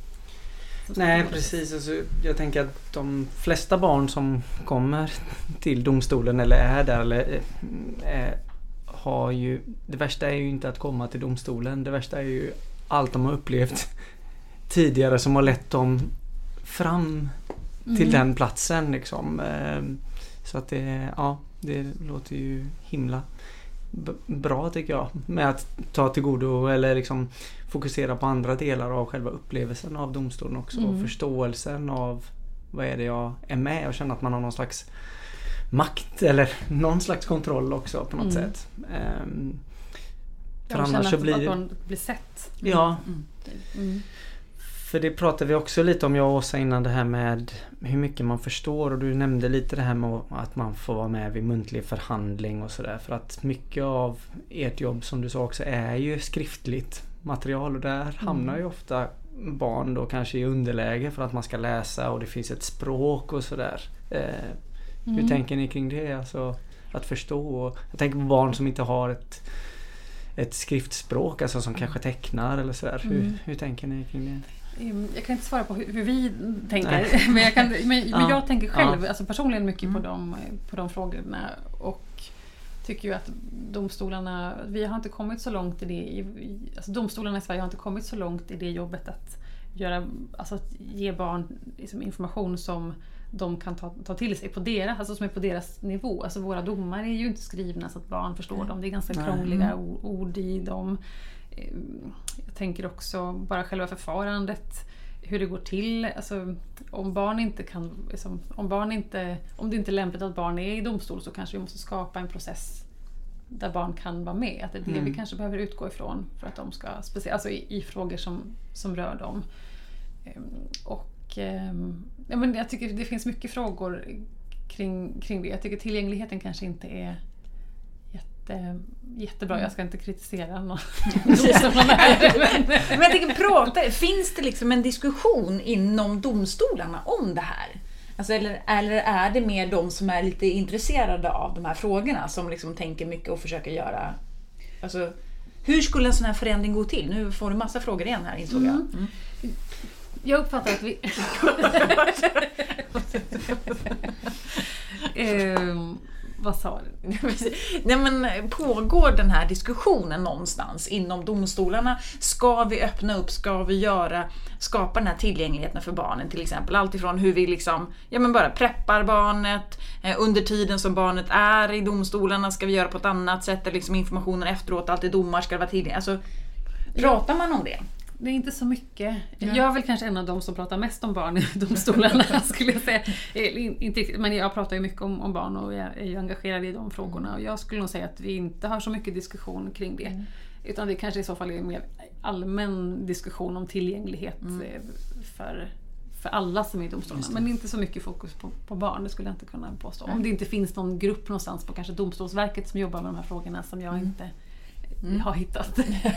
Som ska Nej, precis. Alltså, jag tänker att de flesta barn som kommer till domstolen eller är där eller är, har ju... Det värsta är ju inte att komma till domstolen. Det värsta är ju allt de har upplevt tidigare som har lett dem fram till mm. den platsen liksom. Så att det, ja, det låter ju himla b- bra tycker jag, med att ta till godo eller liksom fokusera på andra delar av själva upplevelsen av domstolen också, mm. och förståelsen av vad är det jag är med och känna att man har någon slags makt eller någon slags kontroll också på något mm. sätt. Um, för jag annars så blir att man blir sett. Ja. Mm. Mm. För det pratade vi också lite om, jag och Åsa, innan, det här med hur mycket man förstår, och du nämnde lite det här med att man får vara med vid muntlig förhandling och sådär, för att mycket av ert jobb, som du sa också, är ju skriftligt material, och där mm. hamnar ju ofta barn då kanske i underläge för att man ska läsa och det finns ett språk och sådär. Eh, hur mm. tänker ni kring det? Alltså att förstå, och jag tänker på barn som inte har ett ett skriftspråk, alltså som kanske tecknar eller sådär. Mm. Hur, hur tänker ni kring det? Jag kan inte svara på hur, hur vi tänker, men jag, kan, men, ja. men jag tänker själv, ja. alltså personligen mycket mm. på, de, på de frågorna, och tycker ju att domstolarna, vi har inte kommit så långt i det, i, alltså domstolarna i Sverige har inte kommit så långt i det jobbet att göra, alltså att ge barn liksom information som de kan ta, ta till sig på deras, alltså som är på deras nivå. Alltså våra domar är ju inte skrivna så att barn förstår mm. dem. Det är ganska Nej. krångliga mm. ord i dem. Jag tänker också bara själva förfarandet, hur det går till. Alltså, om barn inte kan, liksom, om barn inte, om det inte är lämpligt att barn är i domstol, så kanske vi måste skapa en process där barn kan vara med. Att det är det mm. vi kanske behöver utgå ifrån för att de ska, speciellt alltså i, i frågor som, som rör dem. Och ja, men jag tycker det finns mycket frågor kring, kring det. Jag tycker tillgängligheten kanske inte är jätte, jättebra. Jag ska inte kritisera någon. men, men jag tänker prata, finns det liksom en diskussion inom domstolarna om det här? Alltså, eller, eller är det mer de som är lite intresserade av de här frågorna som liksom tänker mycket och försöker göra... Alltså, hur skulle en sån här förändring gå till? Nu får du massa frågor igen här, insåg jag. Mm. Jag uppfattar att vi... um, vad sa du? Nej, men pågår den här diskussionen någonstans inom domstolarna? Ska vi öppna upp? Ska vi göra, skapa den här tillgängligheten för barnen till exempel? Allt ifrån hur vi liksom, ja men bara preppar barnet. Eh, under tiden som barnet är i domstolarna ska vi göra på ett annat sätt. Eller liksom informationen efteråt, alltid domar ska vara tillgängliga. Alltså, pratar man om det? Det är inte så mycket. Ja. Jag är väl kanske en av de som pratar mest om barn i domstolarna skulle jag säga. Inte, men jag pratar ju mycket om, om barn och jag är ju engagerad i de frågorna. Och jag skulle nog säga att vi inte har så mycket diskussion kring det. Mm. Utan det kanske i så fall är en mer allmän diskussion om tillgänglighet mm. för, för alla som är i domstolarna. Men inte så mycket fokus på, på barn, det skulle jag inte kunna påstå. Mm. Om det inte finns någon grupp någonstans på kanske Domstolsverket som jobbar med de här frågorna som jag mm. inte... Mm. har hittat.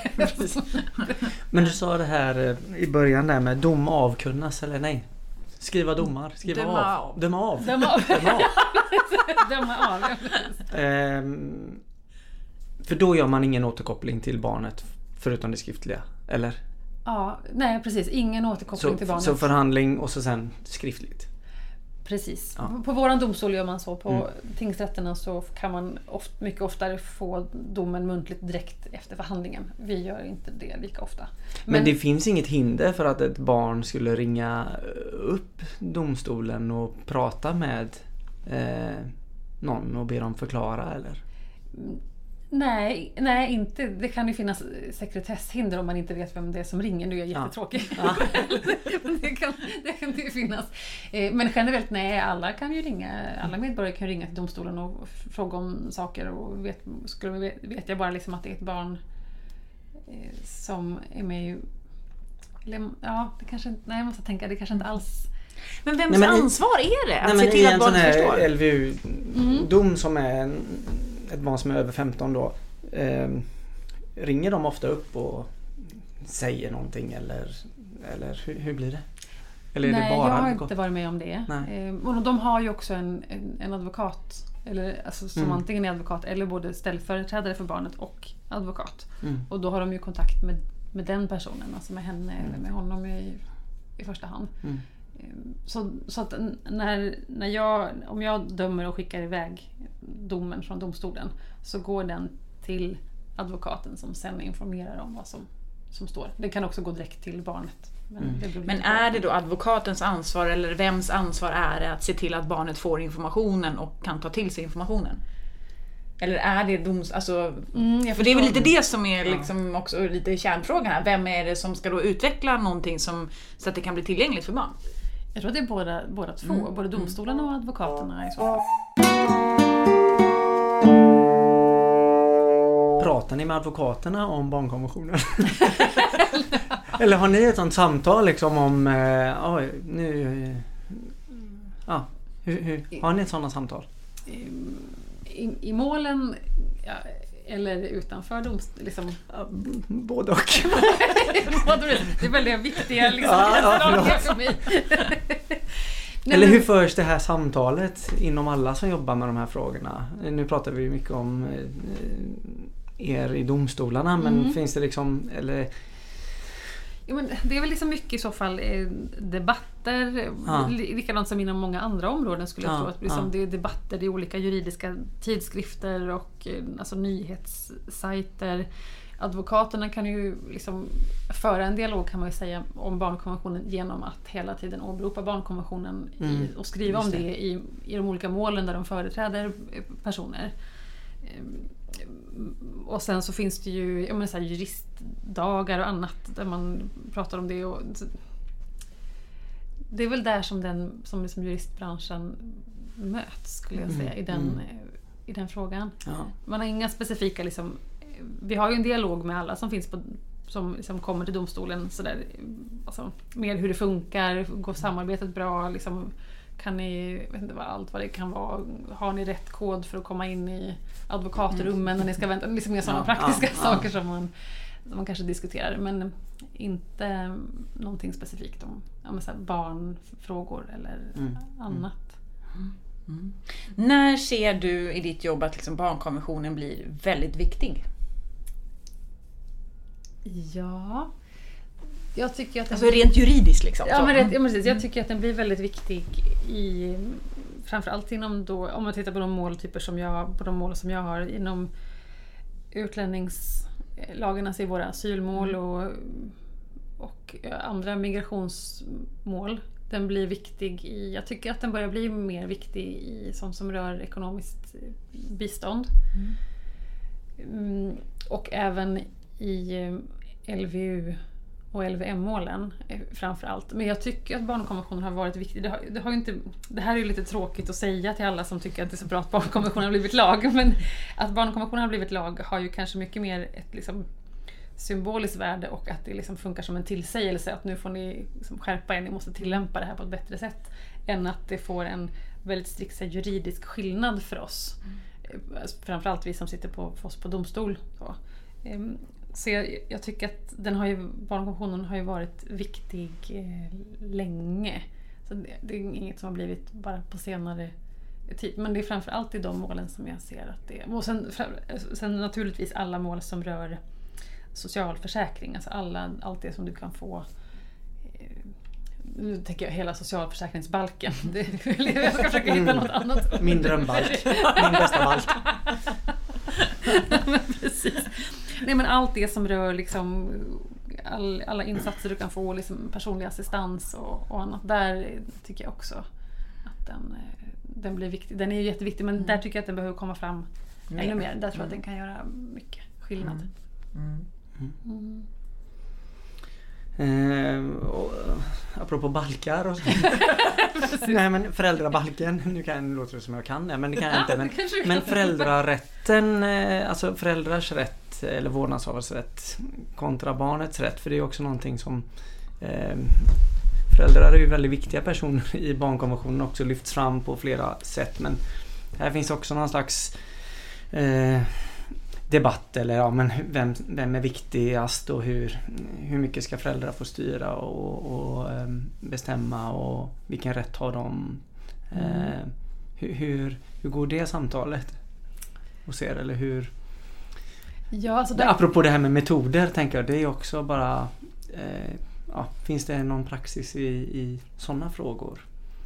Men du sa det här i början där med dom avkunnas eller nej? Skriva domar, skriva döma av. av. Döma av. Döma av. Döma av. Döma av. ehm, för då gör man ingen återkoppling till barnet förutom det skriftliga, eller? Ja, nej precis. Ingen återkoppling så, till barnet. Så förhandling och så sen skriftligt. Precis. Ja. På, på våran domstol gör man så. På mm. tingsrätterna så kan man oft, mycket oftare få domen muntligt direkt efter förhandlingen. Vi gör inte det lika ofta. Men, Men det finns inget hinder för att ett barn skulle ringa upp domstolen och prata med eh, någon och be dem förklara, eller? Nej, nej, inte. Det kan ju finnas sekretesshinder om man inte vet vem det är som ringer. Nu är jag jättetråkig. Ja. det, kan, det kan det ju finnas. Men generellt, nej, alla kan ju ringa. Alla medborgare kan ringa till domstolen och fråga om saker. Och vet, skulle, vet jag bara liksom att det är ett barn som är med i... Ja, det kanske inte... Nej, jag måste tänka, det kanske inte alls... Men vems nej, men, ansvar är det? Att nej, se till att barnet förstår? I en sån här L V U-dom mm. som är en, ett barn som är över femton då, eh, ringer de ofta upp och säger någonting eller, eller hur, hur blir det? Eller är nej, det bara jag har advokat? inte varit med om det. Eh, och de har ju också en, en, en advokat eller, alltså, som mm. antingen är advokat eller både ställföreträdare för barnet och advokat. Mm. Och då har de ju kontakt med, med den personen, alltså med henne mm. eller med honom i, i första hand. Mm. Så, så att när, när jag, om jag dömer och skickar iväg domen från domstolen så går den till advokaten som sen informerar om vad som, som står. Den kan också gå direkt till barnet. Men, mm. det men är det då advokatens ansvar eller vems ansvar är det att se till att barnet får informationen och kan ta till sig informationen? Eller är det doms... Alltså, mm, för det är väl lite det som är liksom ja. också lite kärnfrågan här. Vem är det som ska då utveckla någonting som, så att det kan bli tillgängligt för barn? Jag tror att det är båda, båda två. Mm. Både domstolarna och advokaterna i så fall. Pratar ni med advokaterna om barnkonventionen? Eller har ni ett sånt samtal liksom om... Eh, oj, nu... Ja, eh, hur, hur, har ni ett sådant samtal? I, i målen ja, eller utanför domstol liksom. Ja, både och. Det är väldigt viktiga liksom, ja, ja, för mig. Nej, eller hur men, förs det här samtalet inom alla som jobbar med de här frågorna? Nu pratar vi mycket om er i domstolarna, men mm. finns det liksom eller ja, men det är väl liksom mycket i så fall eh, debatter, ja. likadant som inom många andra områden skulle jag ja, tro att liksom, ja. det är debatter i olika juridiska tidskrifter och eh, alltså nyhetssajter. Advokaterna kan ju liksom föra en dialog kan man ju säga om barnkonventionen genom att hela tiden åberopa barnkonventionen mm. i, och skriva om det, det i, i de olika målen där de företräder personer. Och sen så finns det ju jag menar, så här, juristdagar och annat där man pratar om det. Och det är väl där som, den, som liksom juristbranschen möts skulle jag säga mm. i, den, mm. i den frågan. Ja. Man har inga specifika liksom, vi har ju en dialog med alla som finns på som liksom kommer till domstolen så där, alltså, mer hur det funkar, går samarbetet bra liksom, kan ni, vet inte vad allt vad det kan vara, har ni rätt kod för att komma in i advokatrummen när ni ska vänta, liksom mer sådana ja, praktiska ja, saker ja. Som, man, som man kanske diskuterar, men inte någonting specifikt om ja, men så här barnfrågor eller mm. annat. Mm. Mm. När ser du i ditt jobb att liksom barnkonventionen blir väldigt viktig? Ja, jag tycker att den alltså rent juridiskt liksom. Ja, men, rätt, ja, men precis. Jag tycker att den blir väldigt viktig i framförallt inom då, om man tittar på de måltyper som jag på de mål som jag har inom utlänningslagen, alltså i våra asylmål och, och andra migrationsmål. Den blir viktig i, jag tycker att den börjar bli mer viktig i sånt som rör ekonomiskt bistånd. Mm. Och även i L V U och L V M-målen framför allt. Men jag tycker att barnkonventionen har varit viktig. Det, har, det, har ju inte, det här är ju lite tråkigt att säga till alla som tycker att det är så bra att barnkonventionen har blivit lag. Men att barnkonventionen har blivit lag har ju kanske mycket mer ett liksom symboliskt värde och att det liksom funkar som en tillsägelse att nu får ni liksom skärpa er, ni måste tillämpa det här på ett bättre sätt än att det får en väldigt strikt juridisk skillnad för oss. Mm. Framförallt vi som sitter på, för oss på domstol. Så, så jag, jag tycker att den har ju, barnkonventionen har ju varit viktig eh, länge. Så det, det är inget som har blivit bara på senare tid. Men det är framförallt i de målen som jag ser att det är. Och sen, sen naturligtvis alla mål som rör socialförsäkring, alltså alla, allt det som du kan få. Nu tänker jag hela socialförsäkringsbalken. Det, jag ska försöka hitta något annat. Min drömbalk. Min bästa balk. Men precis. Nej, men allt det som rör liksom all, alla insatser du kan få, liksom personlig assistans och, och annat. Där tycker jag också att den, den blir viktig. Den är ju jätteviktig, men mm. där tycker jag att den behöver komma fram mm. ännu mer. Där tror jag mm. att den kan göra mycket skillnad. Mm. Mm. Mm. Eh, och, apropå balkar och så. Nej, men föräldrabalken, nu kan det låta som jag kan det, men det kan jag inte. Men, men föräldrarätten, alltså föräldrars rätt eller vårdnadshavares rätt kontra barnets rätt, för det är också någonting som eh, föräldrar är ju väldigt viktiga personer i barnkonventionen, också lyfts fram på flera sätt, men här finns också någon slags eh, debatt eller ja, men vem, vem är viktigast och hur, hur mycket ska föräldrar få styra och, och um, bestämma och vilken rätt har de mm. uh, hur, hur, hur går det samtalet och ser eller hur ja, alltså det... apropå det här med metoder tänker jag, det är också bara uh, ja, finns det någon praxis i, i sådana frågor?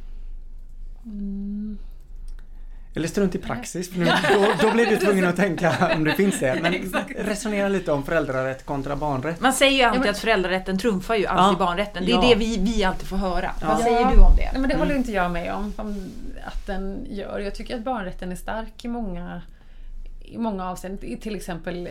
Mm. Eller strunt i praxis, för nu, då, då blir du tvungen att tänka om det finns det. Men resonera lite om föräldrarätt kontra barnrätt. Man säger ju alltid ja, men... att föräldrarätten trumfar ju alltid ja, barnrätten. Det är ja. det vi, vi alltid får höra. Ja. Vad säger du om det? Nej, men det håller inte jag med om, om att den gör. Jag tycker att barnrätten är stark i många, i många avseenden. Till exempel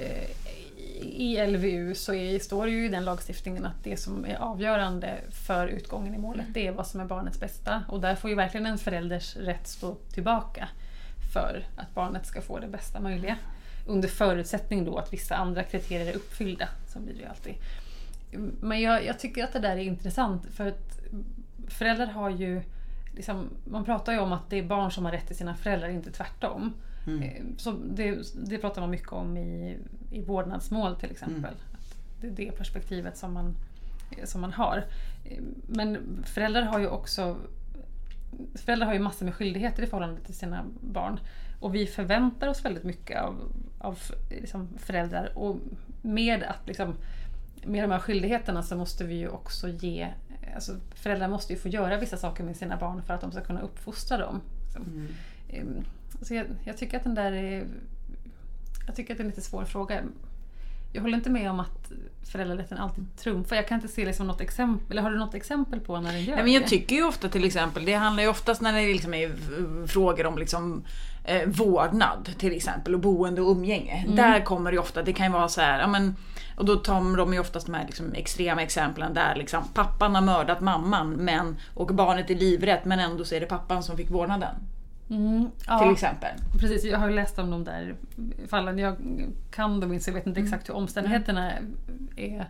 i L V U så är, står det ju i den lagstiftningen att det som är avgörande för utgången i målet, det är vad som är barnets bästa. Och där får ju verkligen en förälders rätt stå tillbaka för att barnet ska få det bästa möjliga. Under förutsättning då att vissa andra kriterier är uppfyllda, så blir det ju alltid. Men jag, jag tycker att det där är intressant, för att föräldrar har ju liksom, man pratar ju om att det är barn som har rätt till sina föräldrar, inte tvärtom. Mm. Så det, det pratar man mycket om i, i vårdnadsmål till exempel. Mm. Att det är det perspektivet som man, som man har. Men föräldrar har ju också föräldrar har ju massor med skyldigheter i förhållande till sina barn. Och vi förväntar oss väldigt mycket av, av liksom föräldrar. Och med, att, liksom, med de här skyldigheterna så måste vi ju också ge... Alltså, föräldrar måste ju få göra vissa saker med sina barn för att de ska kunna uppfostra dem. Mm. Så jag, jag tycker att den där är... Jag tycker att det är en lite svår fråga. Jag håller inte med om att föräldrarätten alltid trumfar. Jag kan inte se liksom något exempel. Eller har du något exempel på när den gör ja, men jag det? tycker ju ofta till exempel, det handlar ju oftast när det liksom är frågor om liksom, eh, vårdnad till exempel och boende och umgänge. Mm. Där kommer det ofta, det kan ju vara så här, ja, men, och då tar de ju oftast de här liksom, extrema exemplen där liksom, pappan har mördat mamman men, och barnet är livrätt men ändå så är det pappan som fick vårdnaden. Mm, ja, till exempel. Precis, jag har läst om de där fallen. Jag kan dem inte, så jag vet inte exakt hur omständigheterna är,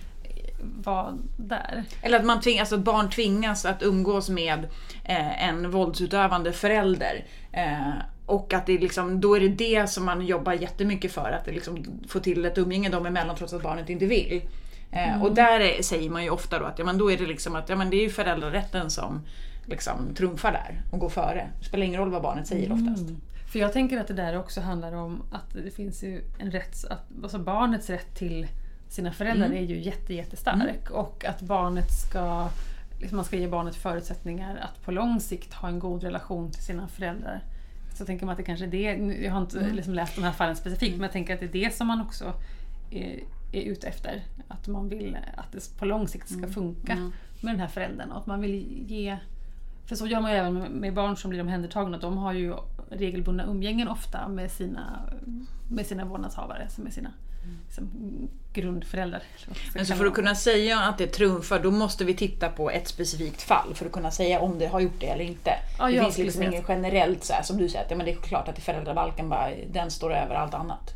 var där. Eller att man tvingas, att barn tvingas att umgås med eh, en våldsutövande förälder. Eh, och att det liksom, då är det det som man jobbar jättemycket för, att det liksom får till ett umgänge dem emellan trots att barnet inte vill. Eh, mm. Och där är, säger man ju ofta då att ja, men då är det liksom att ja, men det är ju föräldrarätten som liksom trumfar där och går före. Det spelar ingen roll vad barnet säger oftast. Mm. För jag tänker att det där också handlar om att det finns ju en rätt, att, alltså barnets rätt till sina föräldrar mm. är ju jätte, jättestark. Mm. Och att barnet ska, liksom man ska ge barnet förutsättningar att på lång sikt ha en god relation till sina föräldrar. Så tänker man att det kanske är det, jag har inte mm. liksom läst de här fallen specifikt, mm. men jag tänker att det är det som man också är, är ute efter. Att man vill att det på lång sikt ska funka mm. med den här föräldern. Och att man vill ge... För så gör man ju även med barn som blir omhändertagna. De har ju regelbundna umgängen ofta med sina, med sina vårdnadshavare, med sina liksom, grundföräldrar. Men så för att kunna säga att det trumfar, då måste vi titta på ett specifikt fall för att kunna säga om det har gjort det eller inte. Ja, det finns liksom inget generellt så här, som du säger, att ja, men det är klart att i föräldrabalken bara, den står över allt annat.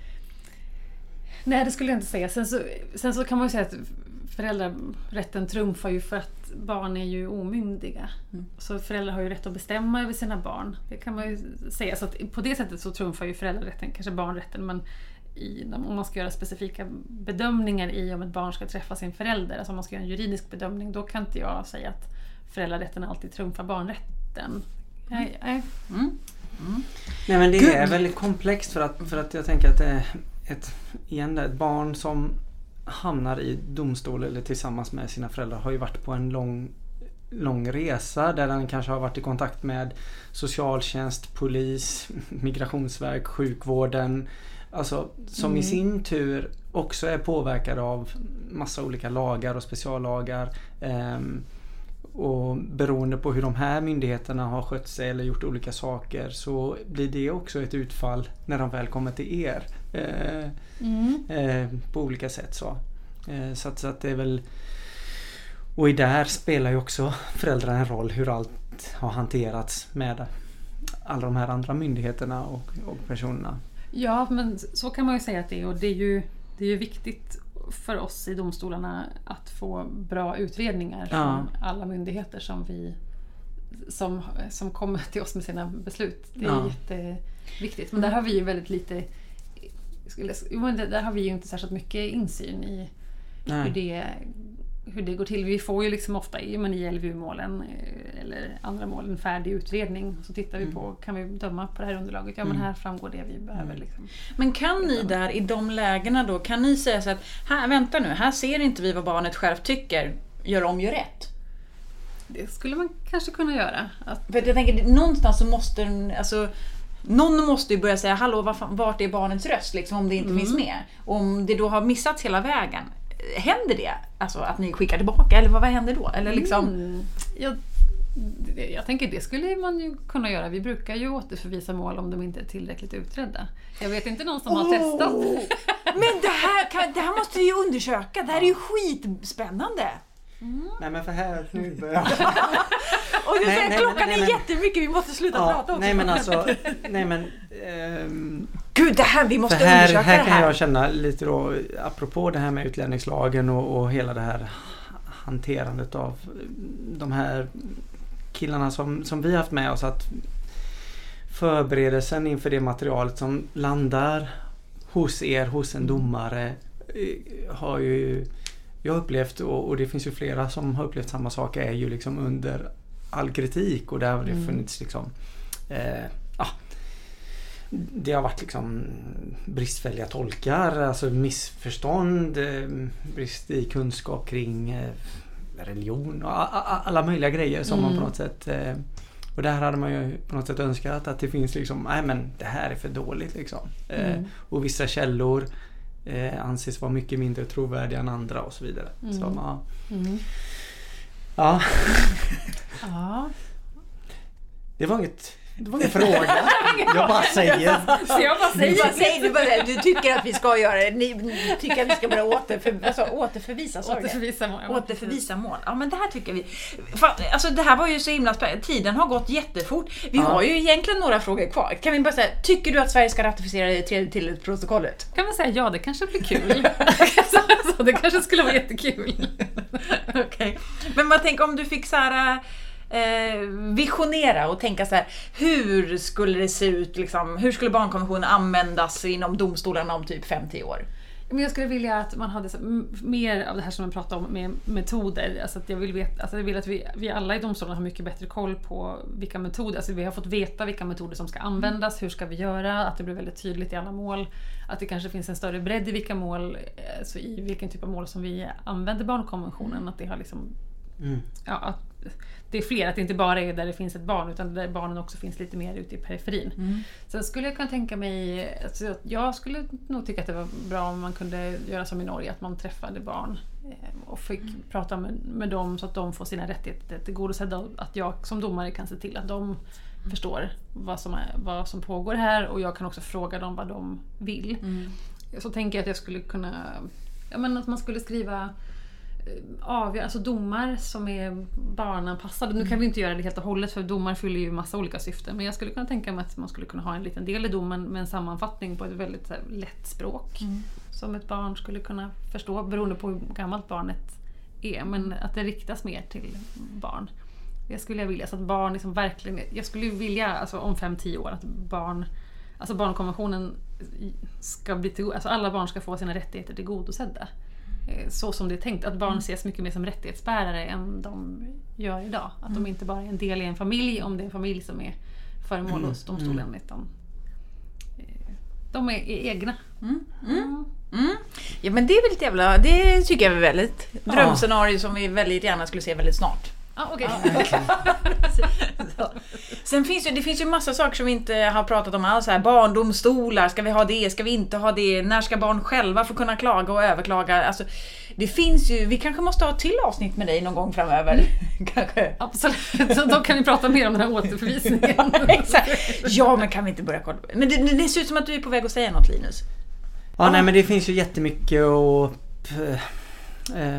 Nej, det skulle jag inte säga. Sen så, sen så kan man ju säga att föräldrarätten trumfar ju för att barn är ju omyndiga. Mm. Så föräldrar har ju rätt att bestämma över sina barn. Det kan man ju säga. Så att på det sättet så trumfar ju föräldrarätten, kanske barnrätten, men i, om man ska göra specifika bedömningar i om ett barn ska träffa sin förälder, alltså om man ska göra en juridisk bedömning, då kan inte jag säga att föräldrarätten alltid trumfar barnrätten. Nej, nej. Mm. Mm. Nej, men det Good. är väldigt komplext för att, för att jag tänker att det är ett, igen, ett barn som hamnar i domstol eller tillsammans med sina föräldrar har ju varit på en lång, lång resa där den kanske har varit i kontakt med socialtjänst, polis, migrationsverk, sjukvården, alltså som mm. i sin tur också är påverkad av massa olika lagar och speciallagar, ehm, och beroende på hur de här myndigheterna har skött sig eller gjort olika saker så blir det också ett utfall när de väl kommer till er eh, mm. eh, på olika sätt så. Eh, så, att, så att det är väl, och i där spelar ju också föräldrar en roll hur allt har hanterats med alla de här andra myndigheterna och, och personerna. Ja, men så kan man ju säga att det är, och det är ju, det är ju viktigt för oss i domstolarna att få bra utredningar ja. från alla myndigheter som vi som, som kommer till oss med sina beslut. Det är ja. jätteviktigt. Men där har vi ju väldigt lite där har vi ju inte särskilt mycket insyn i hur det, hur det går till. Vi får ju liksom ofta i, men i L V U-målen eller andra mål en färdig utredning. Så tittar vi på, kan vi döma på det här underlaget? Ja, men här framgår det vi behöver. Liksom. Men kan ni där i de lägena då, kan ni säga så att, här, vänta nu, här ser inte vi vad barnet själv tycker, gör om, gör rätt? Det skulle man kanske kunna göra. Att... För jag tänker, någonstans så måste, alltså, någon måste ju börja säga, hallå, vart är barnets röst liksom, om det inte mm. finns med? Om det då har missats hela vägen, händer det? Alltså att ni skickar tillbaka, eller vad, vad händer då? Eller liksom... Mm. Jag, jag tänker det skulle man ju kunna göra. Vi brukar ju återförvisa mål om de inte är tillräckligt utredda. Jag vet inte någon som oh. har testat. Men det här, kan, det här måste vi ju undersöka. Det här är ju skitspännande. Mm. Nej, men för här nu börjar och du nej, säger nej, klockan nej, är nej, jättemycket, vi måste sluta ja, prata om nej, men alltså, nej men ehm, Gud, det här, vi måste här, undersöka här det här. Här kan jag känna lite då, apropå det här med utlänningslagen och, och hela det här hanterandet av de här killarna som, som vi har haft med oss, att förberedelsen inför det materialet som landar hos er, hos en domare, har ju jag upplevt, och, och det finns ju flera som har upplevt samma sak, är ju liksom under all kritik, och där har det mm. funnits liksom eh, ah, det har varit liksom bristfälliga tolkar, alltså missförstånd, eh, brist i kunskap kring eh, religion och a- a- alla möjliga grejer som mm. man på något sätt eh, och där hade man ju på något sätt önskat att det finns liksom, nej men det här är för dåligt liksom. Eh, mm. och vissa källor Eh, anses vara mycket mindre trovärdiga än andra och så vidare. Mm. Så, ja. Mm. Ja. ja. Det var inget det var en fråga. Jag bara säger. Så jag bara säger. Du, bara säger du, bara, du tycker att vi ska göra det. Ni, ni tycker att vi ska bara återför, alltså, återförvisa. Återförvisa mål. Återförvisa mål. Ja, men det här tycker vi. För, alltså, det här var ju så himla spännande. Tiden har gått jättefort. Vi ja. har ju egentligen några frågor kvar. Kan vi bara säga, tycker du att Sverige ska ratificera det tredje till protokollet? Kan man säga ja, det kanske blir kul. så, det kanske skulle vara jättekul. Okej. Okay. Men vad tänker om du fick så här... Eh, visionera och tänka så här, hur skulle det se ut liksom, hur skulle barnkonventionen användas inom domstolarna om typ fem till år? Men jag skulle vilja att man hade så, m- mer av det här som man pratar om med metoder, alltså att jag vill veta, alltså jag vill att vi, vi alla i domstolarna har mycket bättre koll på vilka metoder, alltså vi har fått veta vilka metoder som ska användas, hur ska vi göra, att det blir väldigt tydligt i alla mål, att det kanske finns en större bredd i vilka mål, alltså i vilken typ av mål som vi använder barnkonventionen, att det har liksom mm. ja, att det är fler, att det inte bara är där det finns ett barn, utan där barnen också finns lite mer ute i periferin. Mm. Sen skulle jag kunna tänka mig, alltså jag skulle nog tycka att det var bra om man kunde göra som i Norge, att man träffade barn och fick mm. prata med, med dem så att de får sina rättigheter tillgodosedda, att jag som domare kan se till att de mm. förstår vad som, är, vad som pågår här, och jag kan också fråga dem vad de vill. Mm. så tänker jag att jag skulle kunna, ja men att man skulle skriva avgör, alltså domar som är barnanpassade. Nu kan vi inte göra det helt och hållet för domar fyller ju massa olika syften, men jag skulle kunna tänka mig att man skulle kunna ha en liten del i domen med en sammanfattning på ett väldigt så här, lätt språk mm. som ett barn skulle kunna förstå beroende på hur gammalt barnet är, men att det riktas mer till barn. Jag skulle vilja så att barn liksom verkligen, jag skulle vilja alltså om fem till tio år att barn, alltså barnkonventionen ska bli till, alltså alla barn ska få sina rättigheter tillgodosedda. Så som det är tänkt, att barn ses mycket mer som rättighetsbärare än de gör idag. Att mm. de inte bara är en del i en familj, om det är en familj som är föremål mm. hos domstolen, mm. utan de är egna. Mm. Mm. Mm. Ja, men det är väldigt jävla, det tycker jag är väldigt drömscenario som vi väldigt gärna skulle se väldigt snart. Ah, okay. Ja. Sen finns ju, det finns ju massa saker som vi inte har pratat om alls här. Barndomstolar, ska vi ha det, ska vi inte ha det? När ska barn själva få kunna klaga och överklaga? Alltså, det finns ju, vi kanske måste ha ett till avsnitt med dig någon gång framöver. Mm. Kanske. Absolut, så då kan vi prata mer om den här återförvisningen. Exakt. Ja, men kan vi inte börja kolla? Men det, det ser ut som att du är på väg att säga något, Linus. Ja, ah. nej men det finns ju jättemycket att äh,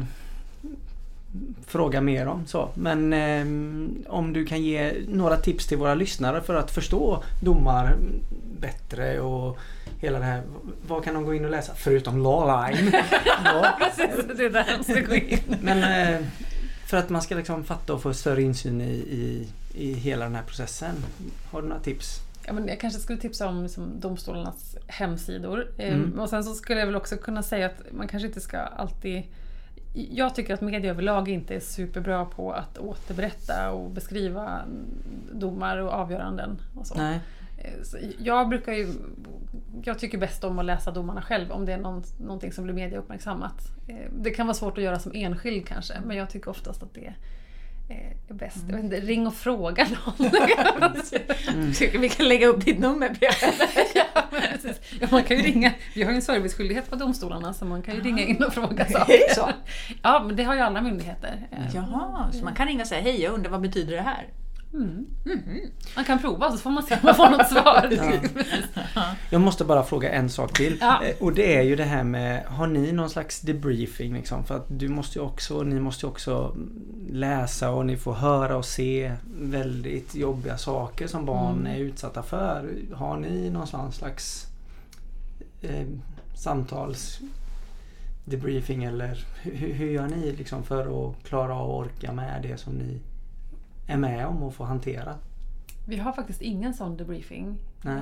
fråga mer om så. Men eh, om du kan ge några tips till våra lyssnare för att förstå domar bättre och hela det här, vad kan de gå in och läsa förutom Lawline? Ja. Precis, det är där de ska gå in. Men eh, för att man ska liksom fatta och få större insyn i, i, i hela den här processen, har du några tips? Ja, men jag kanske skulle tipsa om liksom, domstolarnas hemsidor. Mm. Ehm, och sen så skulle jag väl också kunna säga att man kanske inte ska alltid... Jag tycker att media överlag inte är superbra på att återberätta och beskriva domar och avgöranden och så. Nej. Så jag brukar ju, jag tycker bäst om att läsa domarna själv om det är någon, någonting som blir media uppmärksammat. Det kan vara svårt att göra som enskild kanske, men jag tycker oftast att det är bäst. Jag vet inte, ring och fråga någon. Mm. Tycker vi kan lägga upp ditt nummer. Ja, precis. Ja, man kan ju ringa. Vi har ju en serviceskyldighet på domstolarna så man kan ju ringa in och fråga saker. Är det så? Ja, men det har ju alla myndigheter. Jaha, så man kan ringa och säga hej, jag undrar vad betyder det här? Mm. Mm-hmm. Man kan prova så får man se om man får något svar. Ja. Jag måste bara fråga en sak till. Ja. Och det är ju det här med, har ni någon slags debriefing liksom? För att du måste ju också, ni måste ju också läsa och ni får höra och se väldigt jobbiga saker som barn mm. är utsatta för. Har ni någon slags eh, samtals debriefing eller hur, hur gör ni liksom för att klara och orka med det som ni är med om att få hantera? Vi har faktiskt ingen sån debriefing. Nej.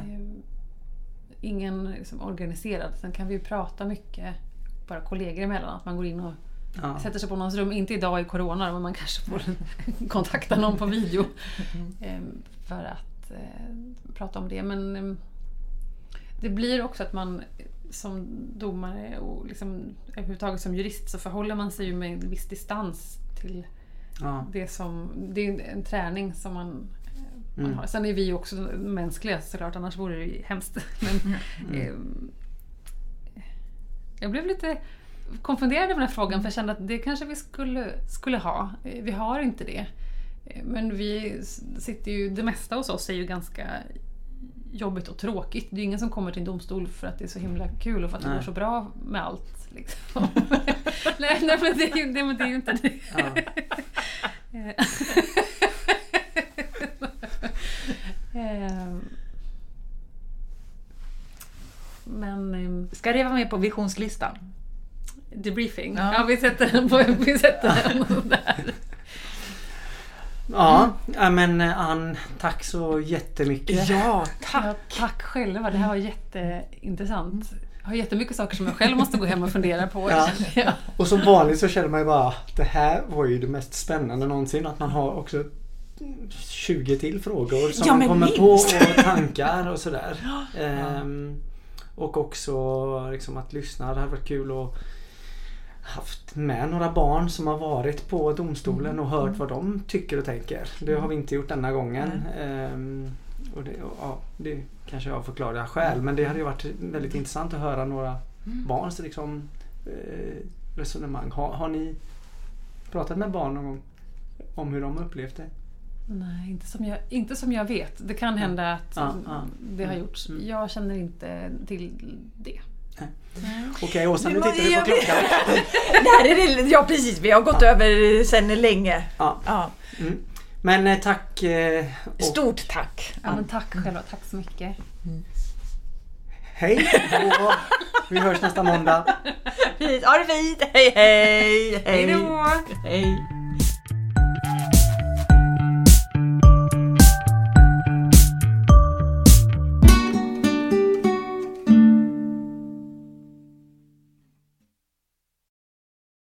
Ingen liksom organiserad. Sen kan vi ju prata mycket bara kollegor emellan. Att man går in och ja. sätter sig på någons rum. Inte idag i corona, men man kanske får kontakta någon på video. Mm. För att eh, prata om det. Men eh, det blir också att man som domare och liksom, överhuvudtaget som jurist så förhåller man sig ju med en viss distans till ja. det som, det är en träning som man, man mm. har. Sen är vi också mänskliga såklart, annars vore det hemskt. Men mm. eh, jag blev lite konfunderad över den här frågan för jag kände att det kanske vi skulle, skulle ha. Vi har inte det. Men vi sitter ju, det mesta hos oss är ju ganska jobbigt och tråkigt. Det är ingen som kommer till en domstol för att det är så himla kul och för att nej. det går så bra med allt. Liksom. nej, nej, men det är ju, det, men det är ju inte det. Ja. men ska det vara med på visionslistan? Debriefing. Ja, ja vi sätter den på vi sätter den där. Ja, mm. men Ann, tack så jättemycket. Ja, tack. Ja, tack själva. Det här var jätteintressant. Jag har jättemycket saker som jag själv måste gå hem och fundera på. Ja. Ja. Och som vanligt så känner man ju bara det här var ju det mest spännande någonsin. Att man har också tjugo till frågor som ja, man kommer minst. på och tankar och sådär. Ja. Ehm, och också liksom att lyssna. Det hade varit kul att haft med några barn som har varit på domstolen och hört vad de tycker och tänker. Det har vi inte gjort denna gången. Ehm, och det, ja, det kanske jag förklarar själv, men det hade ju varit väldigt intressant att höra några barns liksom, eh, resonemang. Har, har ni pratat med barn någon gång om hur de upplevt det? Nej, inte som jag, inte som jag vet. Det kan hända att ja, ja. det har gjorts. Jag känner inte till det. Okej, Åsa, nu tittar vi på klockan. Där är det, ja precis, vi har gått över sen länge. Ja. Ja. Mm. Men eh, tack. Eh, och Stort tack. Ja, men tack själva, tack så mycket. hej, och vi hörs nästa måndag. Ha det fint, hej hej! Hej då! Hej!